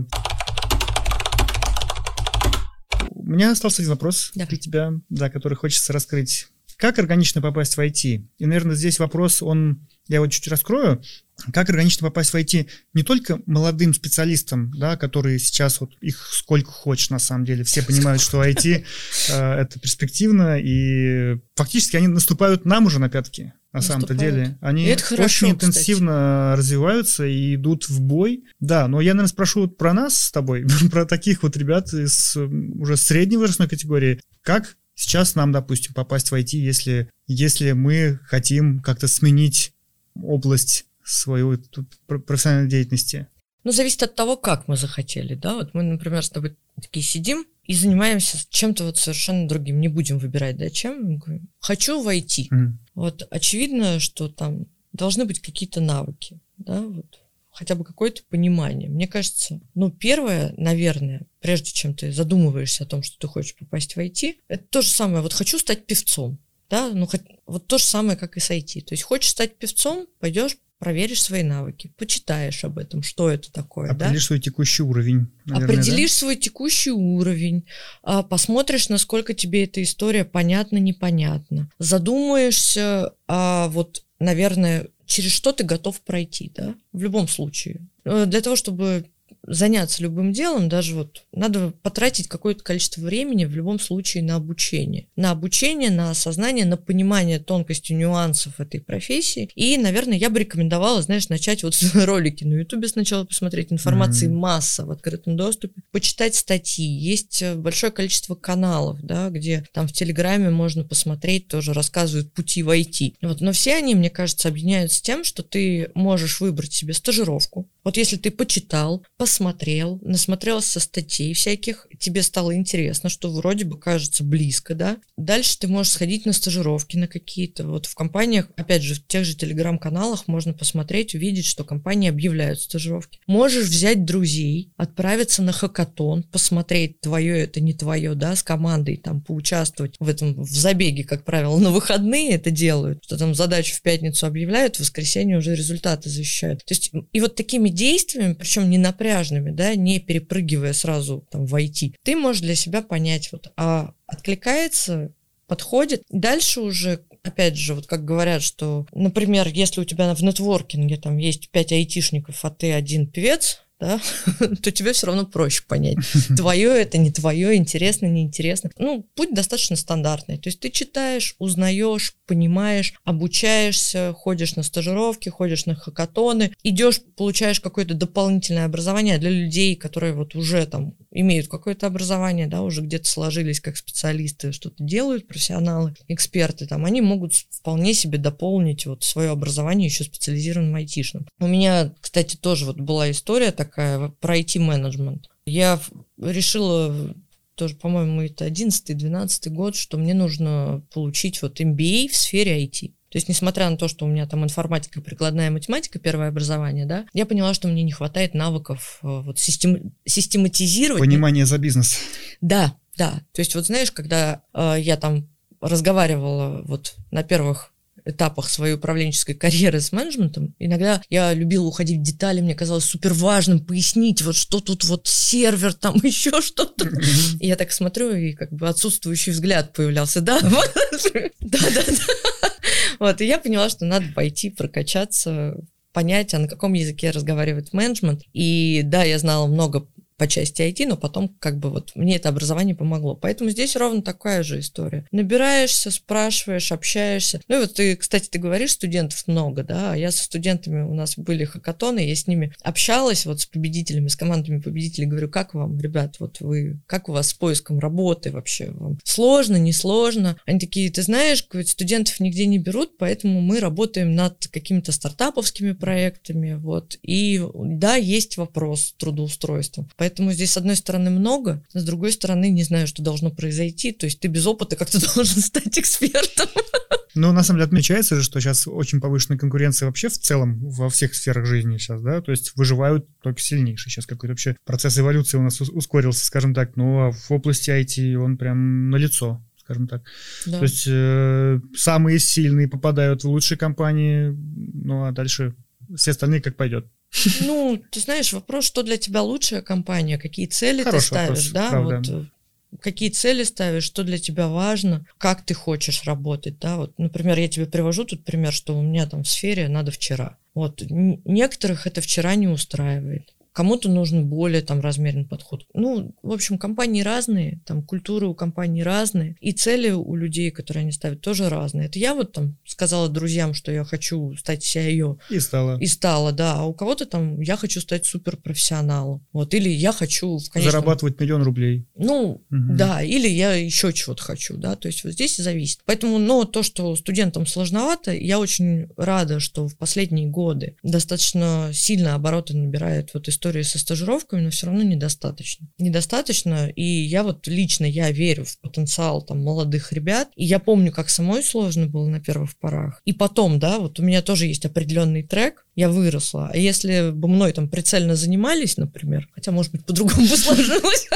У меня остался один вопрос Давай. для тебя, да, который хочется раскрыть. Как органично попасть в ай ти? И, наверное, здесь вопрос, он, я его чуть раскрою. Как органично попасть в ай ти не только молодым специалистам, да, которые сейчас, вот их сколько хочешь на самом деле, все понимают, что ай ти э, это перспективно, и фактически они наступают нам уже на пятки. На самом-то деле. Они хорошо, очень интенсивно кстати. развиваются и идут в бой. Да, но я, наверное, спрошу вот про нас с тобой, про таких вот ребят из уже средней возрастной категории. Как сейчас нам, допустим, попасть в ай ти, если, если мы хотим как-то сменить область своей профессиональной деятельности? Ну, зависит от того, как мы захотели, да. Вот мы, например, с тобой такие сидим и занимаемся чем-то вот совершенно другим. Не будем выбирать, да, чем. Хочу в ай ти. Mm. Вот очевидно, что там должны быть какие-то навыки, да, вот. хотя бы какое-то понимание. Мне кажется, ну, первое, наверное, прежде чем ты задумываешься о том, что ты хочешь попасть в ай ти, это то же самое. Вот хочу стать певцом, да, ну, хоть, вот то же самое, как и с ай ти. То есть хочешь стать певцом, пойдешь, проверишь свои навыки, почитаешь об этом, что это такое. Определишь да? свой текущий уровень. Наверное, Определишь да? свой текущий уровень, посмотришь, насколько тебе эта история понятна, непонятна. Задумаешься, а вот, наверное, через что ты готов пройти, да, в любом случае. Для того, чтобы заняться любым делом, даже вот надо потратить какое-то количество времени в любом случае на обучение. На обучение, на осознание, на понимание тонкостей, нюансов этой профессии. И, наверное, я бы рекомендовала, знаешь, начать вот с ролики на Ютубе сначала посмотреть. Информации mm-hmm. масса в открытом доступе. Почитать статьи. Есть большое количество каналов, да, где там в Телеграме можно посмотреть, тоже рассказывают пути в ай ти. Вот. Но все они, мне кажется, объединяются тем, что ты можешь выбрать себе стажировку. Вот если ты почитал, посмотрел, насмотрелся статей всяких, тебе стало интересно, что вроде бы кажется близко, да, дальше ты можешь сходить на стажировки на какие-то. Вот в компаниях, опять же, в тех же телеграм-каналах можно посмотреть, увидеть, что компании объявляют стажировки. Можешь взять друзей, отправиться на хакатон, посмотреть, твое это не твое, да, с командой, там, поучаствовать в этом, в забеге, как правило, на выходные это делают, что там задачу в пятницу объявляют, в воскресенье уже результаты защищают. То есть, и вот такими действиями, причем не напряжными, да, не перепрыгивая сразу там в ай ти, ты можешь для себя понять, вот, а откликается, подходит. Дальше уже, опять же, вот как говорят, что, например, если у тебя в нетворкинге там есть пять айтишников, а ты один певец, да, то тебе все равно проще понять, твое это, не твое, интересно, неинтересно. Ну, путь достаточно стандартный. То есть ты читаешь, узнаешь, понимаешь, обучаешься, ходишь на стажировки, ходишь на хакатоны, идешь, получаешь какое-то дополнительное образование для людей, которые вот уже там имеют какое-то образование, да, уже где-то сложились как специалисты, что-то делают, профессионалы, эксперты, там, они могут вполне себе дополнить вот свое образование еще специализированным айтишным. У меня, кстати, тоже вот была история такая, такая про ай ти-менеджмент. Я решила, тоже, по-моему, это одиннадцатый-двенадцатый год, что мне нужно получить вот эм би эй в сфере ай ти. То есть, несмотря на то, что у меня там информатика, прикладная математика, первое образование, да, я поняла, что мне не хватает навыков вот систем... систематизировать. Понимание за бизнес. Да, да. То есть, вот знаешь, когда э, я там разговаривала вот на первых этапах своей управленческой карьеры с менеджментом, иногда я любила уходить в детали, мне казалось супер важным пояснить, вот что тут вот сервер, там еще что-то. И я так смотрю, и как бы отсутствующий взгляд появлялся. Да, да, да. Вот, и я поняла, что надо пойти прокачаться, понять, а на каком языке разговаривает менеджмент. И да, я знала много по части ай ти, но потом как бы вот мне это образование помогло. Поэтому здесь ровно такая же история. Набираешься, спрашиваешь, общаешься. Ну и вот ты, кстати, ты говоришь, студентов много, да, а я со студентами, у нас были хакатоны, я с ними общалась, вот с победителями, с командами победителей, говорю, как вам, ребят, вот вы, как у вас с поиском работы вообще? Вам сложно, несложно? Они такие, ты знаешь, говорят, студентов нигде не берут, поэтому мы работаем над какими-то стартаповскими проектами, вот, и да, есть вопрос с трудоустройством. Поэтому здесь, с одной стороны, много, с другой стороны, не знаю, что должно произойти. То есть ты без опыта как-то должен стать экспертом. Ну, на самом деле, отмечается же, что сейчас очень повышенная конкуренция вообще в целом во всех сферах жизни сейчас, да, то есть выживают только сильнейшие. Сейчас какой-то вообще процесс эволюции у нас ускорился, скажем так, но в области ай ти он прям налицо, скажем так. Да. То есть э, самые сильные попадают в лучшие компании, ну, а дальше все остальные как пойдет. Ну, ты знаешь, вопрос, что для тебя лучшая компания, какие цели Хороший ты ставишь, вопрос, да, правда. Вот какие цели ставишь, что для тебя важно, как ты хочешь работать, да, вот, например, я тебе привожу тут пример, что у меня там в сфере надо вчера, вот, некоторых это вчера не устраивает. Кому-то нужен более там размеренный подход. Ну, в общем, компании разные, там культуры у компаний разные, и цели у людей, которые они ставят, тоже разные. Это я вот там сказала друзьям, что я хочу стать си ай о. И стала. И стала, да. А у кого-то там я хочу стать суперпрофессионалом. Вот, или я хочу в конечном... зарабатывать миллион рублей. Ну, угу. Да, или я еще чего-то хочу, да, то есть вот здесь зависит. Поэтому, но то, что студентам сложновато, я очень рада, что в последние годы достаточно сильно обороты набирает вот история истории со стажировками, но все равно недостаточно. Недостаточно, и я вот лично, я верю в потенциал там молодых ребят, и я помню, как самой сложно было на первых порах. И потом, да, вот у меня тоже есть определенный трек, я выросла, а если бы мной там прицельно занимались, например, хотя, может быть, по-другому бы сложилось,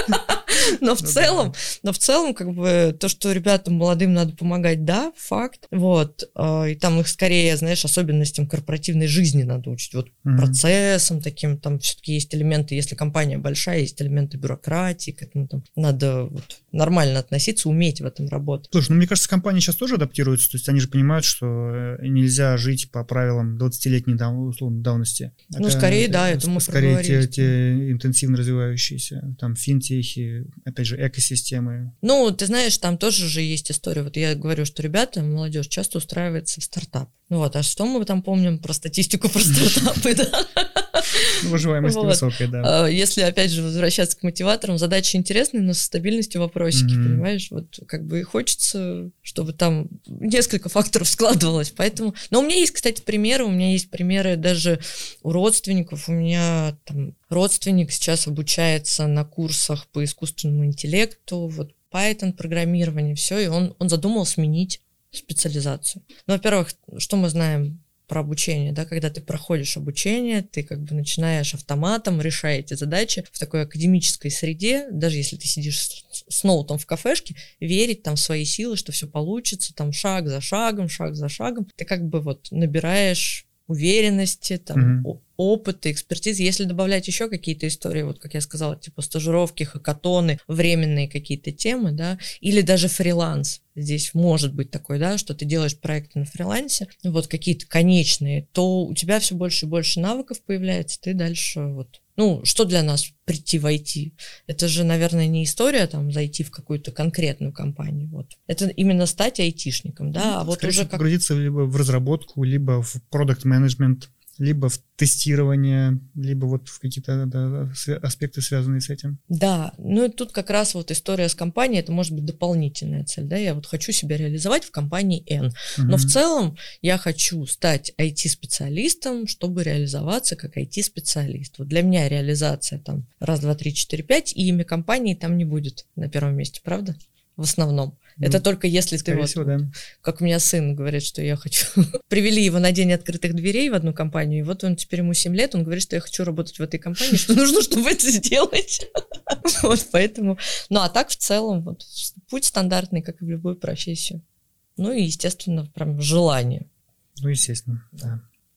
но в целом, но в целом, как бы, то, что ребятам молодым надо помогать, да, факт, вот, и там их скорее, знаешь, особенностям корпоративной жизни надо учить, вот, mm-hmm. процессам таким, там все-таки есть элементы, если компания большая, есть элементы бюрократии, к этому там надо вот нормально относиться, уметь в этом работать. Слушай, ну, мне кажется, компании сейчас тоже адаптируются, то есть они же понимают, что нельзя жить по правилам двадцатилетней дав... условно, давности. Ну, это, скорее, да, это мы скорее те, те интенсивно развивающиеся, там, финтехи, опять же, экосистемы. Ну, ты знаешь, там тоже же есть история. Вот я говорю, что ребята, молодежь часто устраивается в стартап. Ну вот, а что мы там помним про статистику про стартапы, да? Выживаемость высокая, да. Если, опять же, возвращаться к мотиваторам, задача интересная, но со стабильностью вопросики, понимаешь? Вот как бы и хочется, чтобы там несколько факторов складывалось, поэтому... Но у меня есть, кстати, примеры, у меня есть примеры даже у родственников. У меня там родственник сейчас обучается на курсах по искусственному интеллекту, вот Python, программирование, все, и он, он задумал сменить специализацию. Ну, во-первых, что мы знаем про обучение, да, когда ты проходишь обучение, ты как бы начинаешь автоматом решать эти задачи в такой академической среде, даже если ты сидишь с, с ноутом в кафешке, верить там в свои силы, что все получится, там шаг за шагом, шаг за шагом, ты как бы вот набираешь уверенности, там, mm-hmm. опыта, экспертизы. Если добавлять еще какие-то истории, вот как я сказала, типа стажировки, хакатоны, временные какие-то темы, да, или даже фриланс. Здесь может быть такой, да, что ты делаешь проекты на фрилансе, вот какие-то конечные, то у тебя все больше и больше навыков появляется, ты дальше вот. Ну, что для нас прийти в ай ти? Это же, наверное, не история там зайти в какую-то конкретную компанию. Вот. Это именно стать айтишником, да, а вот скорее уже как... погрузиться либо в разработку, либо в продакт-менеджмент, либо в тестирование, либо вот в какие-то да, аспекты, связанные с этим. Да, ну и тут как раз вот история с компанией, это может быть дополнительная цель, да, я вот хочу себя реализовать в компании N, угу. но в целом я хочу стать ай ти-специалистом, чтобы реализоваться как ай ти-специалист. Вот для меня реализация там раз, два, три, четыре, пять, и имя компании там не будет на первом месте, правда? В основном. Ну, это только если ты вот, всего, да. Как у меня сын говорит, что я хочу... Привели его на день открытых дверей в одну компанию, и вот он теперь ему семь лет, он говорит, что я хочу работать в этой компании, что нужно, чтобы это сделать. Вот поэтому... Ну, а так в целом вот, путь стандартный, как и в любую профессию. Ну и, естественно, прям желание. Ну, естественно, да.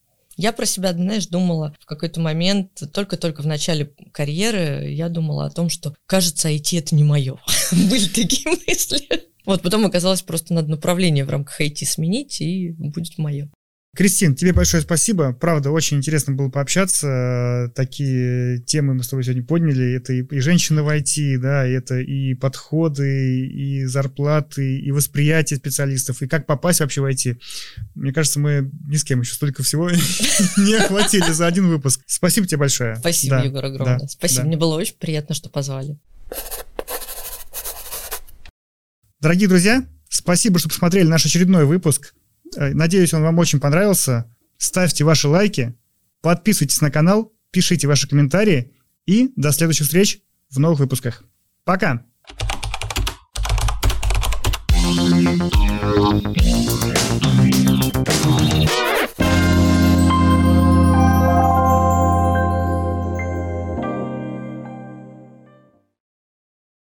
Я про себя, знаешь, думала в какой-то момент, только-только в начале карьеры, я думала о том, что, кажется, ай ти это не мое. Были такие мысли. Вот, потом оказалось, просто надо направление в рамках ай ти сменить, и будет мое. Кристин, тебе большое спасибо. Правда, очень интересно было пообщаться. Такие темы мы с тобой сегодня подняли. Это и, и женщины в ай ти, да, это и подходы, и зарплаты, и восприятие специалистов, и как попасть вообще в ай ти. Мне кажется, мы ни с кем еще столько всего не охватили за один выпуск. Спасибо тебе большое. Спасибо, Егор, огромное. Спасибо, мне было очень приятно, что позвали. Дорогие друзья, спасибо, что посмотрели наш очередной выпуск. Надеюсь, он вам очень понравился. Ставьте ваши лайки, подписывайтесь на канал, пишите ваши комментарии и до следующих встреч в новых выпусках. Пока! Thank you.